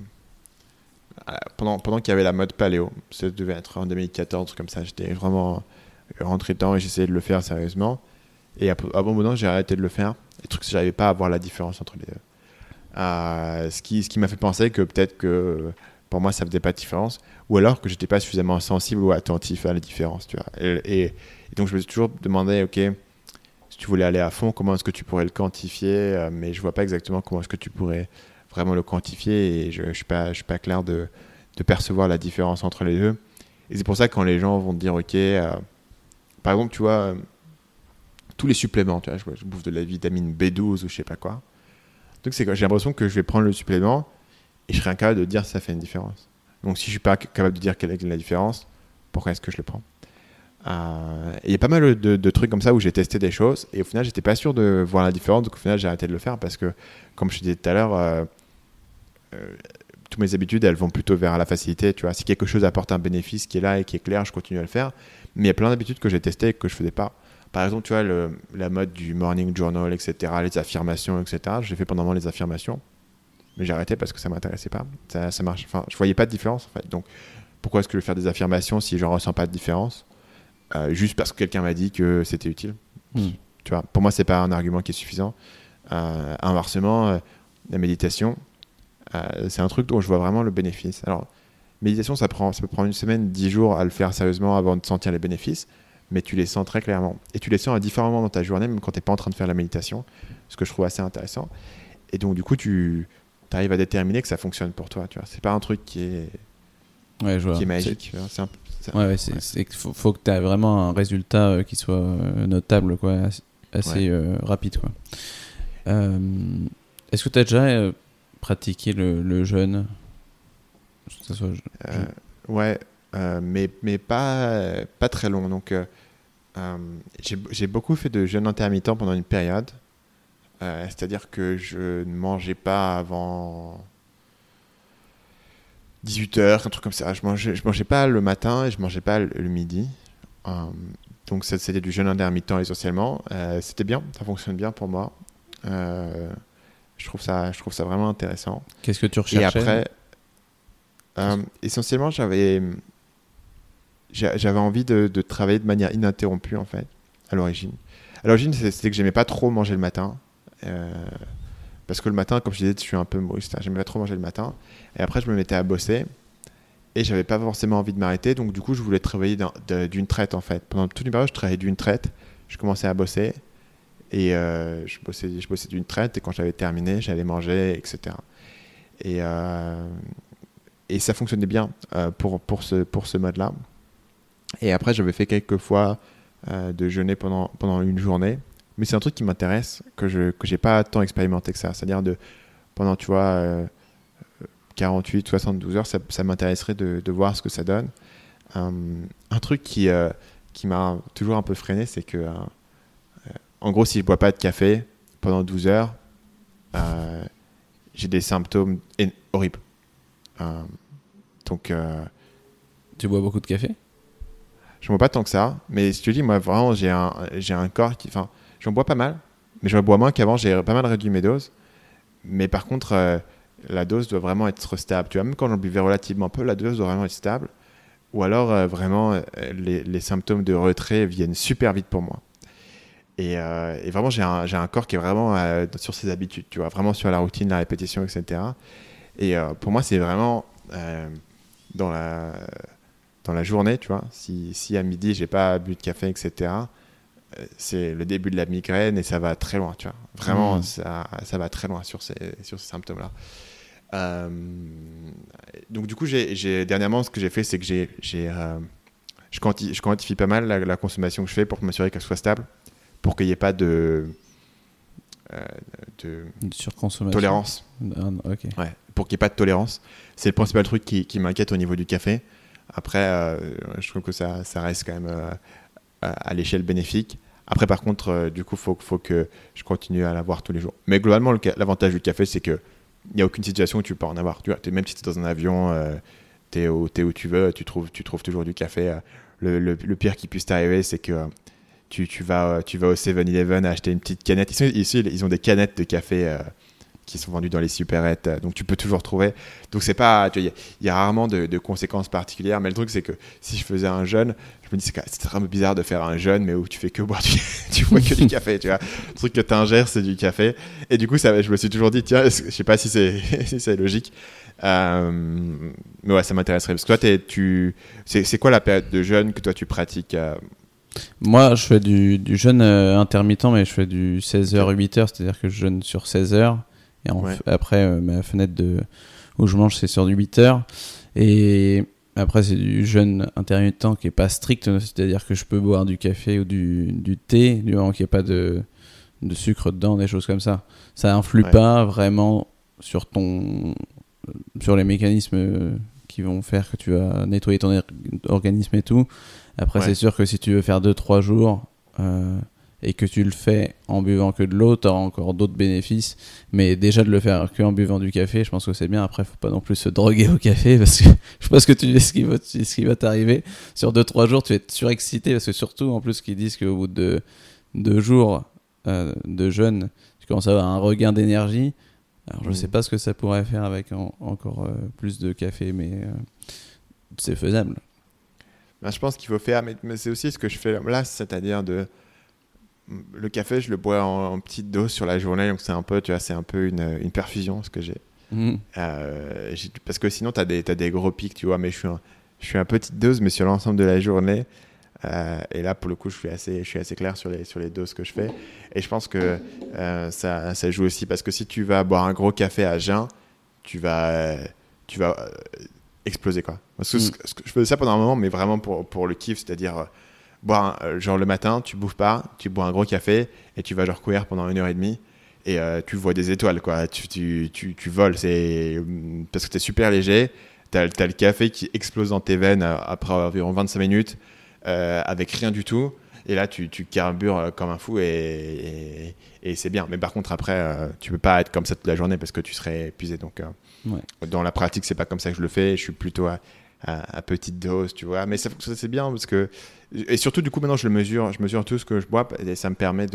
[SPEAKER 1] pendant qu'il y avait la mode paléo, ça devait être en 2014, un truc comme ça, j'étais vraiment rentré dedans et j'essayais de le faire sérieusement. Et à un moment, j'ai arrêté de le faire. Le truc, c'est que j'arrivais pas à voir la différence entre les deux. Ce qui m'a fait penser que peut-être que pour moi, ça faisait pas de différence. Ou alors que j'étais pas suffisamment sensible ou attentif à la différence, tu vois. Et donc, je me suis toujours demandé, OK, si tu voulais aller à fond, comment est-ce que tu pourrais le quantifier, mais je vois pas exactement comment est-ce que tu pourrais vraiment le quantifier et je suis pas clair de percevoir la différence entre les deux. Et c'est pour ça que quand les gens vont te dire, OK, par exemple, tu vois, tous les suppléments, tu vois, je bouffe de la vitamine B12 ou je sais pas quoi. Donc, j'ai l'impression que je vais prendre le supplément et je serai incapable de dire si ça fait une différence. Donc, si je suis pas capable de dire quelle est la différence, pourquoi est-ce que je le prends? Il y a pas mal de trucs comme ça où j'ai testé des choses et au final, j'étais pas sûr de voir la différence. Donc, au final, j'ai arrêté de le faire parce que, comme je te disais tout à l'heure, toutes mes habitudes, elles vont plutôt vers la facilité. Tu vois, si quelque chose apporte un bénéfice qui est là et qui est clair, je continue à le faire. Mais il y a plein d'habitudes que j'ai testées et que je faisais pas. Par exemple, tu vois, la mode du morning journal, etc., les affirmations, etc. J'ai fait pendant un moment les affirmations, mais j'ai arrêté parce que ça m'intéressait pas. Ça marche. Enfin, je voyais pas de différence en fait. Donc, pourquoi est-ce que je vais faire des affirmations si j'en ressens pas de différence? Juste parce que quelqu'un m'a dit que c'était utile. Tu vois, pour moi, c'est pas un argument qui est suffisant. Inversement, la méditation, c'est un truc dont je vois vraiment le bénéfice. Alors, méditation, ça peut prendre une semaine, 10 jours à le faire sérieusement avant de sentir les bénéfices, mais tu les sens très clairement. Et tu les sens à différents moments dans ta journée, même quand tu n'es pas en train de faire la méditation, ce que je trouve assez intéressant. Et donc, du coup, tu arrives à déterminer que ça fonctionne pour toi. Tu vois, c'est pas un truc qui est magique.
[SPEAKER 2] Il faut que tu aies vraiment un résultat qui soit notable, quoi, assez rapide, quoi. Est-ce que tu as déjà pratiqué le jeûne?
[SPEAKER 1] Ouais, mais pas très long. Donc, j'ai beaucoup fait de jeûne intermittent pendant une période. C'est-à-dire que je ne mangeais pas avant 18h, un truc comme ça. Je mangeais pas le matin et je mangeais pas le midi. Donc c'était du jeûne intermittent essentiellement. C'était bien, ça fonctionne bien pour moi. Je trouve ça vraiment intéressant.
[SPEAKER 2] Qu'est-ce que tu recherchais?
[SPEAKER 1] Et après, essentiellement, j'avais envie de travailler de manière ininterrompue en fait, à l'origine. À l'origine, c'était que j'aimais pas trop manger le matin. Parce que le matin, comme je disais, je suis un peu humoriste, j'aimais pas trop manger le matin. Et après, je me mettais à bosser et j'avais pas forcément envie de m'arrêter. Donc, du coup, je voulais travailler d'une traite en fait. Pendant toute une période, je travaillais d'une traite. Je commençais à bosser et je bossais d'une traite. Et quand j'avais terminé, j'allais manger, etc. Et ça fonctionnait bien pour ce mode-là. Et après, j'avais fait quelques fois de jeûner pendant une journée. Mais c'est un truc qui m'intéresse, que j'ai pas tant expérimenté que ça. C'est-à-dire pendant, tu vois, 48, 72 heures, ça m'intéresserait de voir ce que ça donne. Un truc qui m'a toujours un peu freiné, c'est que, en gros, si je bois pas de café pendant 12 heures, j'ai des symptômes horribles. Donc,
[SPEAKER 2] tu bois beaucoup de café?
[SPEAKER 1] Je bois pas tant que ça, mais si tu dis, moi, vraiment, j'ai un corps qui... Enfin, j'en bois pas mal, mais j'en bois moins qu'avant. J'ai pas mal réduit mes doses. Mais par contre, la dose doit vraiment être stable. Tu vois, même quand j'en buvais relativement peu, la dose doit vraiment être stable. Ou alors, vraiment, les symptômes de retrait viennent super vite pour moi. Et vraiment, j'ai un corps qui est vraiment sur ses habitudes, tu vois, vraiment sur la routine, la répétition, etc. Et pour moi, c'est vraiment dans la journée, tu vois. Si à midi, j'ai pas bu de café, etc., c'est le début de la migraine et ça va très loin, tu vois. Vraiment, ça va très loin sur ces symptômes-là. Donc, du coup, dernièrement, ce que j'ai fait, c'est que je quantifie pas mal la consommation que je fais pour m'assurer qu'elle soit stable, pour qu'il n'y ait pas de
[SPEAKER 2] surconsommation.
[SPEAKER 1] Tolérance.
[SPEAKER 2] Okay.
[SPEAKER 1] Ouais, pour qu'il n'y ait pas de tolérance. C'est le principal truc qui m'inquiète au niveau du café. Après, je trouve que ça reste quand même à l'échelle bénéfique. Après, par contre, du coup, faut que je continue à l'avoir tous les jours. Mais globalement, l'avantage du café, c'est qu'il n'y a aucune situation où tu peux pas en avoir. Tu vois, même si tu es dans un avion, tu es où tu veux, tu trouves toujours du café. Le pire qui puisse t'arriver, c'est que tu vas au 7-Eleven acheter une petite canette. Ici, ils ont des canettes de café qui sont vendus dans les supérettes, donc tu peux toujours trouver. Donc c'est pas, il y a rarement de conséquences particulières, mais le truc c'est que si je faisais un jeûne, je me dis c'est vraiment bizarre de faire un jeûne mais où tu fais que boire tu bois que du café, tu vois. Le truc que tu ingères c'est du café, et du coup je me suis toujours dit tiens, je sais pas si c'est si c'est logique, mais ouais, ça m'intéresserait parce que toi c'est quoi la période de jeûne que toi tu pratiques?
[SPEAKER 2] Moi, je fais du jeûne intermittent, mais je fais du 16h, 8h, c'est-à-dire que je jeûne sur 16 heures. Et après, ma fenêtre où je mange, c'est sur du 8h. Et après, c'est du jeûne intermittent qui n'est pas strict, c'est-à-dire que je peux boire du café ou du thé, du moment qu'il n'y a pas de sucre dedans, des choses comme ça. Ça n'influe pas vraiment sur les mécanismes qui vont faire que tu vas nettoyer ton organisme et tout. Après, c'est sûr que si tu veux faire 2-3 jours et que tu le fais en buvant que de l'eau, tu auras encore d'autres bénéfices. Mais déjà, de le faire qu'en buvant du café, je pense que c'est bien. Après, il ne faut pas non plus se droguer au café parce que je pense que tu sais ce qui va t'arriver. Sur 2-3 jours, tu vas être surexcité parce que surtout, en plus, qu'ils disent qu'au bout de 2 jours de jeûne, tu commences à avoir un regain d'énergie. Alors, je ne sais pas ce que ça pourrait faire avec encore plus de café, mais c'est faisable.
[SPEAKER 1] Ben, je pense qu'il faut faire, mais c'est aussi ce que je fais là, c'est-à-dire le café, je le bois en petite dose sur la journée, donc c'est un peu, tu vois, c'est un peu une perfusion ce que j'ai. Parce que sinon, t'as des gros pics, tu vois, mais je suis à petite dose, mais sur l'ensemble de la journée. Et là, pour le coup, je suis assez clair sur les doses que je fais. Et je pense que ça joue aussi, parce que si tu vas boire un gros café à jeun, tu vas exploser, quoi. Parce que je faisais ça pendant un moment, mais vraiment pour le kiff, c'est-à-dire boire genre le matin, tu bouffes pas, tu bois un gros café et tu vas genre courir pendant 1h30 et tu vois des étoiles, quoi. Tu voles, parce que t'es super léger, t'as le café qui explose dans tes veines après environ 25 minutes avec rien du tout. Et là, tu carbures comme un fou et c'est bien. Mais par contre, après, tu peux pas être comme ça toute la journée parce que tu serais épuisé. Donc, dans la pratique, c'est pas comme ça que je le fais. Je suis plutôt à petite dose, tu vois. Mais ça c'est bien parce que... Et surtout, du coup, maintenant, je mesure tout ce que je bois et ça me permet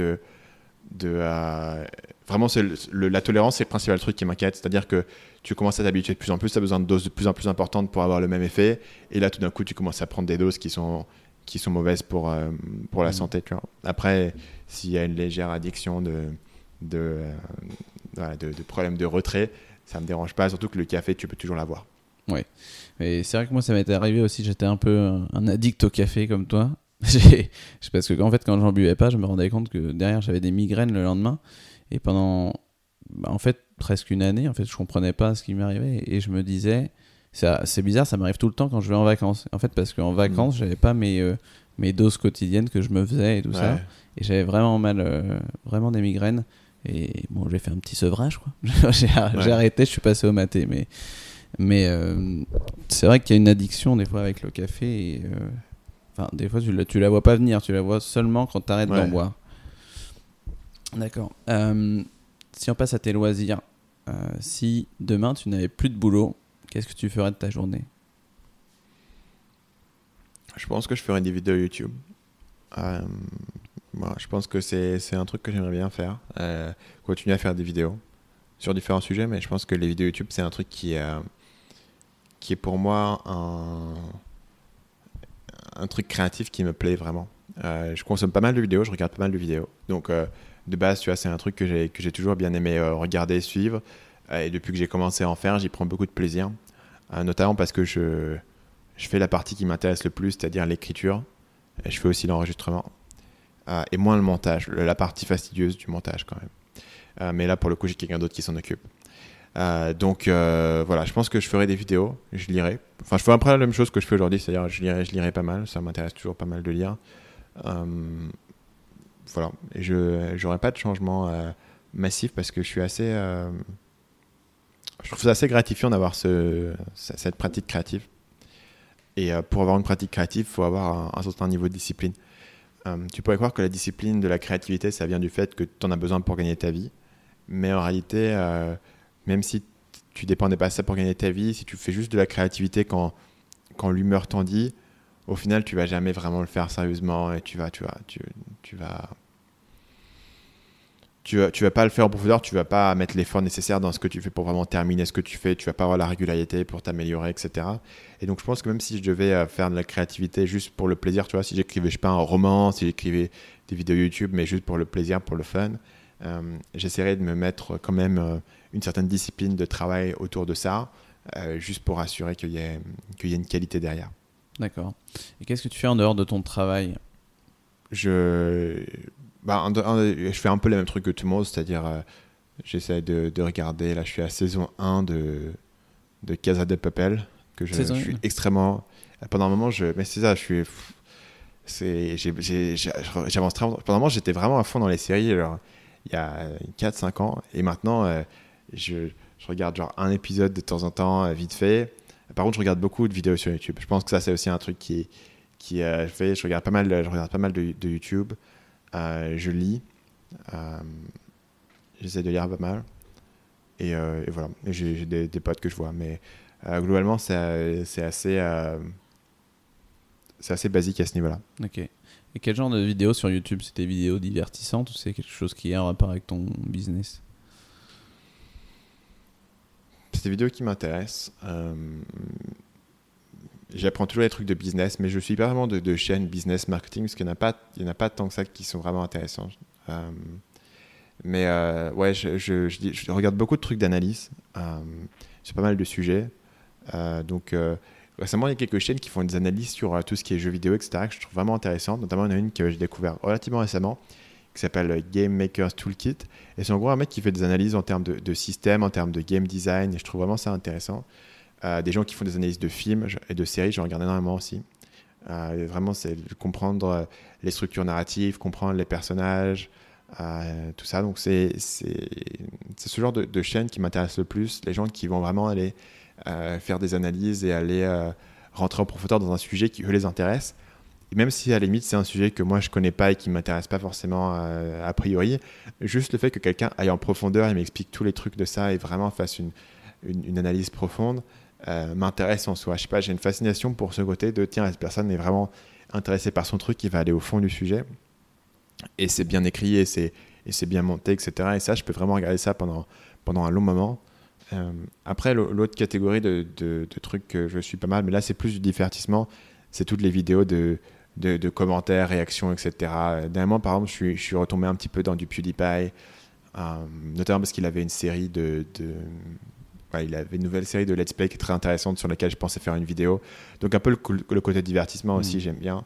[SPEAKER 1] vraiment, la tolérance, c'est le principal truc qui m'inquiète. C'est-à-dire que tu commences à t'habituer de plus en plus, tu as besoin de doses de plus en plus importantes pour avoir le même effet. Et là, tout d'un coup, tu commences à prendre des doses qui sont mauvaises pour la santé, tu vois. Après, s'il y a une légère addiction de problèmes de retrait, ça me dérange pas, surtout que le café, tu peux toujours l'avoir.
[SPEAKER 2] Ouais, et c'est vrai que moi, ça m'était arrivé aussi, j'étais un peu un addict au café comme toi. Parce que en fait, quand j'en buvais pas, je me rendais compte que derrière, j'avais des migraines le lendemain. Et pendant, en fait, presque une année, en fait, je comprenais pas ce qui m'arrivait. Et je me disais... C'est bizarre, ça m'arrive tout le temps quand je vais en vacances. En fait, parce qu'en vacances, j'avais pas mes doses quotidiennes que je me faisais et tout ça. Et j'avais vraiment mal, vraiment des migraines. Et bon, j'ai fait un petit sevrage, quoi. J'ai arrêté, je suis passé au maté. Mais c'est vrai qu'il y a une addiction des fois avec le café. Et, des fois, tu la vois pas venir. Tu la vois seulement quand tu arrêtes d'en boire. D'accord. Si on passe à tes loisirs, si demain tu n'avais plus de boulot, qu'est-ce que tu ferais de ta journée?
[SPEAKER 1] Je pense que je ferais des vidéos YouTube. Je pense que c'est un truc que j'aimerais bien faire. Continuer à faire des vidéos sur différents sujets, mais je pense que les vidéos YouTube, c'est un truc qui est pour moi un truc créatif qui me plaît vraiment. Je consomme pas mal de vidéos, je regarde pas mal de vidéos. Donc, de base, tu vois, c'est un truc que j'ai toujours bien aimé regarder et suivre. Et depuis que j'ai commencé à en faire, j'y prends beaucoup de plaisir. Notamment parce que je fais la partie qui m'intéresse le plus, c'est-à-dire l'écriture. Et je fais aussi l'enregistrement. Et moins le montage, la partie fastidieuse du montage quand même. Mais là, pour le coup, j'ai quelqu'un d'autre qui s'en occupe. Donc voilà, je pense que je ferai des vidéos, je lirai. Enfin, je ferai après la même chose que je fais aujourd'hui, c'est-à-dire je lirai pas mal. Ça m'intéresse toujours pas mal de lire. Voilà. Et je n'aurai pas de changement massif parce que je suis assez... je trouve ça assez gratifiant d'avoir cette pratique créative. Et pour avoir une pratique créative, il faut avoir un certain niveau de discipline. Tu pourrais croire que la discipline de la créativité, ça vient du fait que tu en as besoin pour gagner ta vie. Mais en réalité, même si tu dépendais pas de ça pour gagner ta vie, si tu fais juste de la créativité quand l'humeur t'en dit, au final, tu vas jamais vraiment le faire sérieusement et tu vas tu vas pas le faire en profondeur, tu vas pas mettre l'effort nécessaire dans ce que tu fais pour vraiment terminer ce que tu fais, tu vas pas avoir la régularité pour t'améliorer, etc. Et donc je pense que même si je devais faire de la créativité juste pour le plaisir, tu vois, si j'écrivais, je sais pas, un roman, si j'écrivais des vidéos YouTube, mais juste pour le plaisir, pour le fun, j'essaierais de me mettre quand même une certaine discipline de travail autour de ça, juste pour assurer qu'il y ait une qualité derrière.
[SPEAKER 2] D'accord. Et qu'est-ce que tu fais en dehors de ton travail?
[SPEAKER 1] Je fais un peu les mêmes trucs que tout le monde, c'est-à-dire j'essaie de regarder, là je suis à saison 1 de Casa de Papel, que je suis extrêmement... Pendant un moment, mais c'est ça, j'avance très... Pendant un moment, j'étais vraiment à fond dans les séries, alors, il y a 4-5 ans, et maintenant, je regarde genre un épisode de temps en temps, vite fait. Par contre, je regarde beaucoup de vidéos sur YouTube. Je pense que ça, c'est aussi un truc qui fait. Je regarde pas mal de YouTube. Je lis. J'essaie de lire pas mal. Et voilà. Et j'ai des potes que je vois. Mais globalement, c'est assez basique à ce niveau-là.
[SPEAKER 2] Ok. Et quel genre de vidéos sur YouTube? C'est des vidéos divertissantes ou c'est quelque chose qui est en rapport avec ton business?
[SPEAKER 1] C'est des vidéos qui m'intéressent. J'apprends toujours les trucs de business, mais je suis pas vraiment de chaîne business marketing parce qu'il n'y en a pas tant que ça qui sont vraiment intéressants. Mais ouais, je regarde beaucoup de trucs d'analyse sur pas mal de sujets. Donc récemment, il y a quelques chaînes qui font des analyses sur tout ce qui est jeux vidéo, etc., que je trouve vraiment intéressante. Notamment, il y en a une que j'ai découvert relativement récemment, qui s'appelle Game Maker's Toolkit. Et c'est en gros un mec qui fait des analyses en termes de système, en termes de game design. Et je trouve vraiment ça intéressant. Des gens qui font des analyses de films et de séries, j'en regarde énormément aussi. Vraiment, c'est de comprendre les structures narratives, comprendre les personnages, tout ça. Donc, c'est ce genre de chaîne qui m'intéresse le plus. Les gens qui vont vraiment aller faire des analyses et aller rentrer en profondeur dans un sujet qui eux les intéresse. Et même si à la limite c'est un sujet que moi je connais pas et qui m'intéresse pas forcément a priori, juste le fait que quelqu'un aille en profondeur et m'explique tous les trucs de ça et vraiment fasse une analyse profonde m'intéresse en soi. Je sais pas, j'ai une fascination pour ce côté de tiens, cette personne est vraiment intéressée par son truc, il va aller au fond du sujet et c'est bien écrit et c'est bien monté, etc. Et ça, je peux vraiment regarder ça pendant un long moment. Après, l'autre catégorie de trucs que je suis pas mal, mais là c'est plus du divertissement, c'est toutes les vidéos de commentaires, réactions, etc. Dernièrement, par exemple, je suis retombé un petit peu dans du PewDiePie, notamment parce qu'il avait une série il avait une nouvelle série de Let's Play qui est très intéressante sur laquelle je pensais faire une vidéo. Donc un peu le côté divertissement aussi, j'aime bien.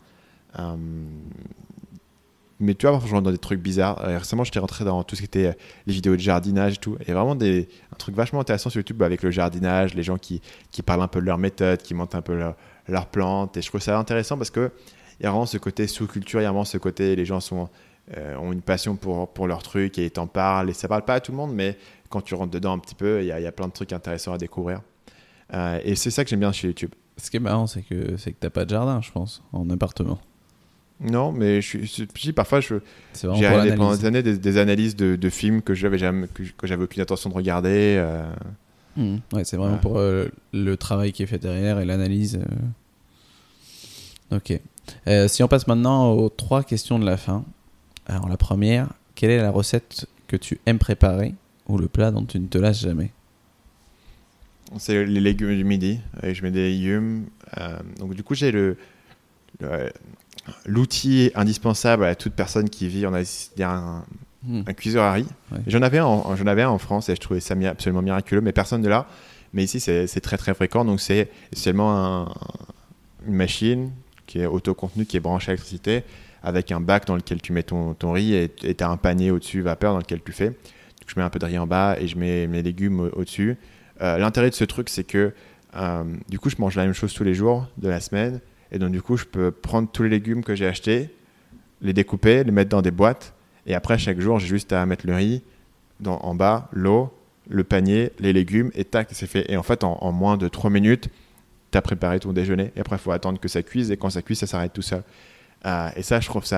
[SPEAKER 1] Mais tu vois, je rentre dans des trucs bizarres. Récemment, j'étais rentré dans tout ce qui était les vidéos de jardinage et tout. Et vraiment un truc vachement intéressant sur YouTube avec le jardinage, les gens qui parlent un peu de leur méthode, qui montent un peu leurs plantes. Et je trouve ça intéressant parce qu'il y a vraiment ce côté sous-culture, il y a vraiment ce côté, les gens ont une passion pour leur truc et ils t'en parlent. Et ça parle pas à tout le monde, mais quand tu rentres dedans un petit peu, il y a plein de trucs intéressants à découvrir. Et c'est ça que j'aime bien chez YouTube.
[SPEAKER 2] Ce qui est marrant, c'est que t'as pas de jardin, je pense, en appartement.
[SPEAKER 1] Non, mais parfois j'ai regardé pendant des années des analyses de films que j'avais aucune intention de regarder.
[SPEAKER 2] Ouais, c'est vraiment pour le travail qui est fait derrière et l'analyse. Ok. Si on passe maintenant aux 3 questions de la fin. Alors la première, quelle est la recette que tu aimes préparer ou le plat dont tu ne te lasses jamais?
[SPEAKER 1] C'est les légumes du midi. Je mets des légumes. Donc du coup, j'ai l'outil indispensable à toute personne qui vit en Asie, c'est un cuiseur à riz. Ouais. J'en avais un en France et je trouvais ça absolument miraculeux, mais personne ne l'a. Mais ici, c'est très très fréquent. Donc c'est seulement une machine qui est autocontenue, qui est branchée à l'électricité, avec un bac dans lequel tu mets ton riz et tu as un panier au-dessus, vapeur, dans lequel tu fais. Donc, je mets un peu de riz en bas et je mets mes légumes au-dessus. L'intérêt de ce truc, c'est que du coup, je mange la même chose tous les jours de la semaine. Et donc, du coup, je peux prendre tous les légumes que j'ai achetés, les découper, les mettre dans des boîtes. Et après, chaque jour, j'ai juste à mettre le riz en bas, l'eau, le panier, les légumes, et tac, c'est fait. Et en fait, en moins de 3 minutes, tu as préparé ton déjeuner. Et après, il faut attendre que ça cuise. Et quand ça cuise, ça s'arrête tout seul. Et ça, je trouve ça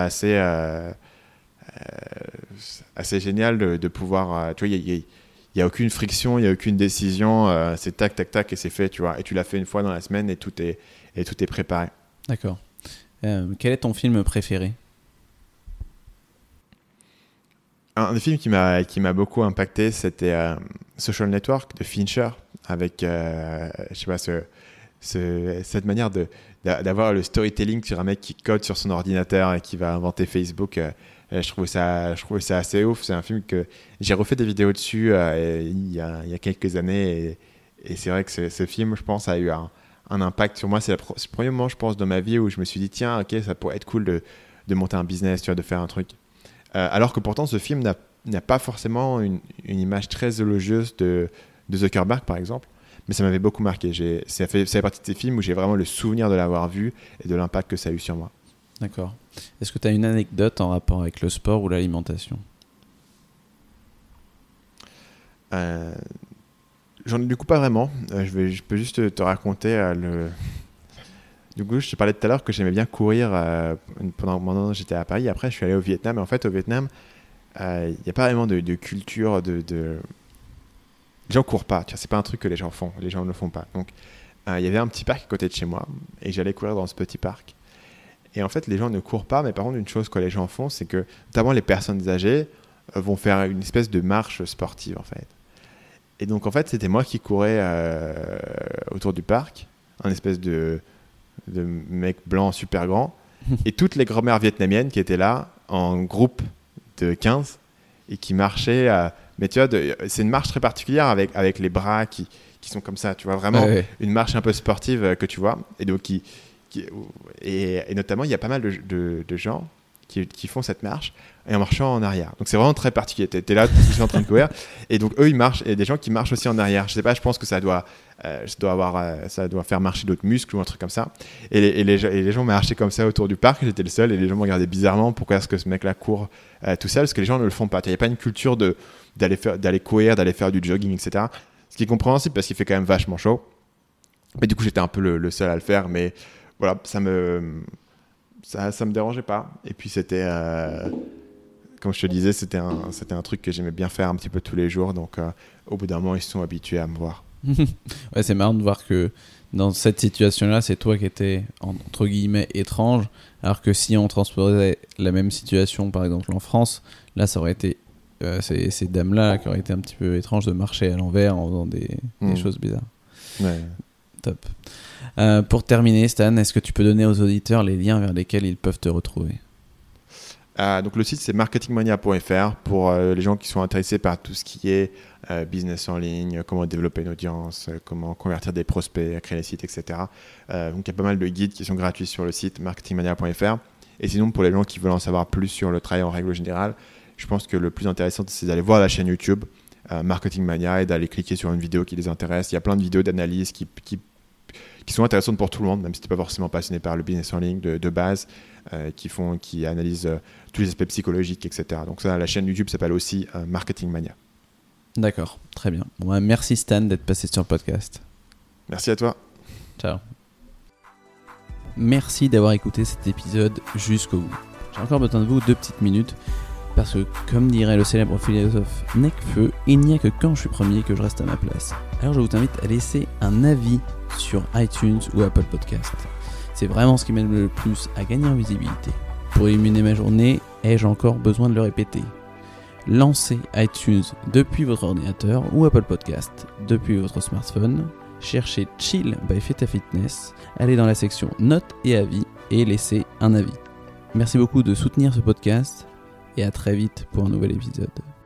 [SPEAKER 1] assez génial de pouvoir... tu vois, il n'y a aucune friction, il n'y a aucune décision. C'est tac, tac, tac, et c'est fait, tu vois. Et tu l'as fait une fois dans la semaine et tout est préparé.
[SPEAKER 2] D'accord. Quel est ton film préféré?
[SPEAKER 1] Un des films qui m'a beaucoup impacté, c'était Social Network de Fincher, avec je sais pas, cette manière d'avoir le storytelling sur un mec qui code sur son ordinateur et qui va inventer Facebook. Je trouvais ça assez ouf. C'est un film que j'ai refait des vidéos dessus il y a quelques années et c'est vrai que ce film, je pense, a eu un impact sur moi. C'est le premier moment, je pense, dans ma vie où je me suis dit tiens, ok, ça pourrait être cool de monter un business, tu vois, de faire un truc. Alors que pourtant, ce film n'a pas forcément une image très élogieuse de Zuckerberg, par exemple. Mais ça m'avait beaucoup marqué. Ça fait partie de ces films où j'ai vraiment le souvenir de l'avoir vu et de l'impact que ça a eu sur moi. D'accord.
[SPEAKER 2] Est-ce que tu as une anecdote en rapport avec le sport ou l'alimentation ?
[SPEAKER 1] J'en ai du coup pas vraiment. Je peux juste te raconter Du coup, je te parlais tout à l'heure que j'aimais bien courir pendant que j'étais à Paris. Après, je suis allé au Vietnam. Et en fait, au Vietnam, il n'y a pas vraiment de culture Les gens courent pas, tu vois, c'est pas un truc que les gens font, les gens ne le font pas. Donc, il y avait un petit parc à côté de chez moi et j'allais courir dans ce petit parc. Et en fait, les gens ne courent pas, mais par contre, une chose que les gens font, c'est que, notamment les personnes âgées, vont faire une espèce de marche sportive, en fait. Et donc, en fait, c'était moi qui courais autour du parc, un espèce de mec blanc super grand, et toutes les grand-mères vietnamiennes qui étaient là, en groupe de 15, et qui marchaient mais tu vois, c'est une marche très particulière avec les bras qui sont comme ça, tu vois, vraiment une marche un peu sportive que tu vois. Et donc, et notamment, il y a pas mal de gens qui font cette marche et en marchant en arrière. Donc, c'est vraiment très particulier. Tu es là, tu es en train de courir. Et donc, eux, ils marchent. Et des gens qui marchent aussi en arrière. Je sais pas, je pense que ça doit faire marcher d'autres muscles ou un truc comme ça. Et les gens marchaient comme ça autour du parc. J'étais le seul et les gens me regardaient bizarrement. Pourquoi est-ce que ce mec-là court tout seul ? Parce que les gens ne le font pas. Il n'y a pas une culture d'aller courir, d'aller faire du jogging, etc. Ce qui est compréhensible parce qu'il fait quand même vachement chaud. Mais du coup, j'étais un peu le seul à le faire. Mais voilà, ça me dérangeait pas. Et puis, c'était... comme je te disais, c'était un truc que j'aimais bien faire un petit peu tous les jours. Donc, au bout d'un moment, ils se sont habitués à me voir.
[SPEAKER 2] Ouais, c'est marrant de voir que dans cette situation-là, c'est toi qui étais entre guillemets étrange, alors que si on transposait la même situation, par exemple en France, là, ça aurait été ces dames-là qui auraient été un petit peu étranges de marcher à l'envers en faisant des choses bizarres.
[SPEAKER 1] Ouais.
[SPEAKER 2] Top. Pour terminer, Stan, est-ce que tu peux donner aux auditeurs les liens vers lesquels ils peuvent te retrouver ?
[SPEAKER 1] Donc le site c'est marketingmania.fr pour les gens qui sont intéressés par tout ce qui est business en ligne, comment développer une audience, comment convertir des prospects, créer des sites, etc. Donc il y a pas mal de guides qui sont gratuits sur le site marketingmania.fr. Et sinon pour les gens qui veulent en savoir plus sur le travail en règle générale, je pense que le plus intéressant c'est d'aller voir la chaîne YouTube Marketing Mania et d'aller cliquer sur une vidéo qui les intéresse. Il y a plein de vidéos d'analyse qui sont intéressantes pour tout le monde, même si tu n'es pas forcément passionné par le business en ligne de base, qui analysent tous les aspects psychologiques, etc. Donc ça, la chaîne YouTube s'appelle aussi Marketing Mania.
[SPEAKER 2] D'accord, très bien. Bon, merci Stan d'être passé sur le podcast.
[SPEAKER 1] Merci à toi.
[SPEAKER 2] Ciao. Merci d'avoir écouté cet épisode jusqu'au bout. J'ai encore besoin de vous 2 petites minutes, parce que comme dirait le célèbre philosophe Nekfeu, il n'y a que quand je suis premier que je reste à ma place. Alors je vous invite à laisser un avis sur iTunes ou Apple Podcast. C'est vraiment ce qui m'aide le plus à gagner en visibilité. Pour illuminer ma journée, ai-je encore besoin de le répéter ? Lancez iTunes depuis votre ordinateur ou Apple Podcast depuis votre smartphone. Cherchez Chill by Feta Fitness, allez dans la section Notes et avis et laissez un avis. Merci beaucoup de soutenir ce podcast et à très vite pour un nouvel épisode.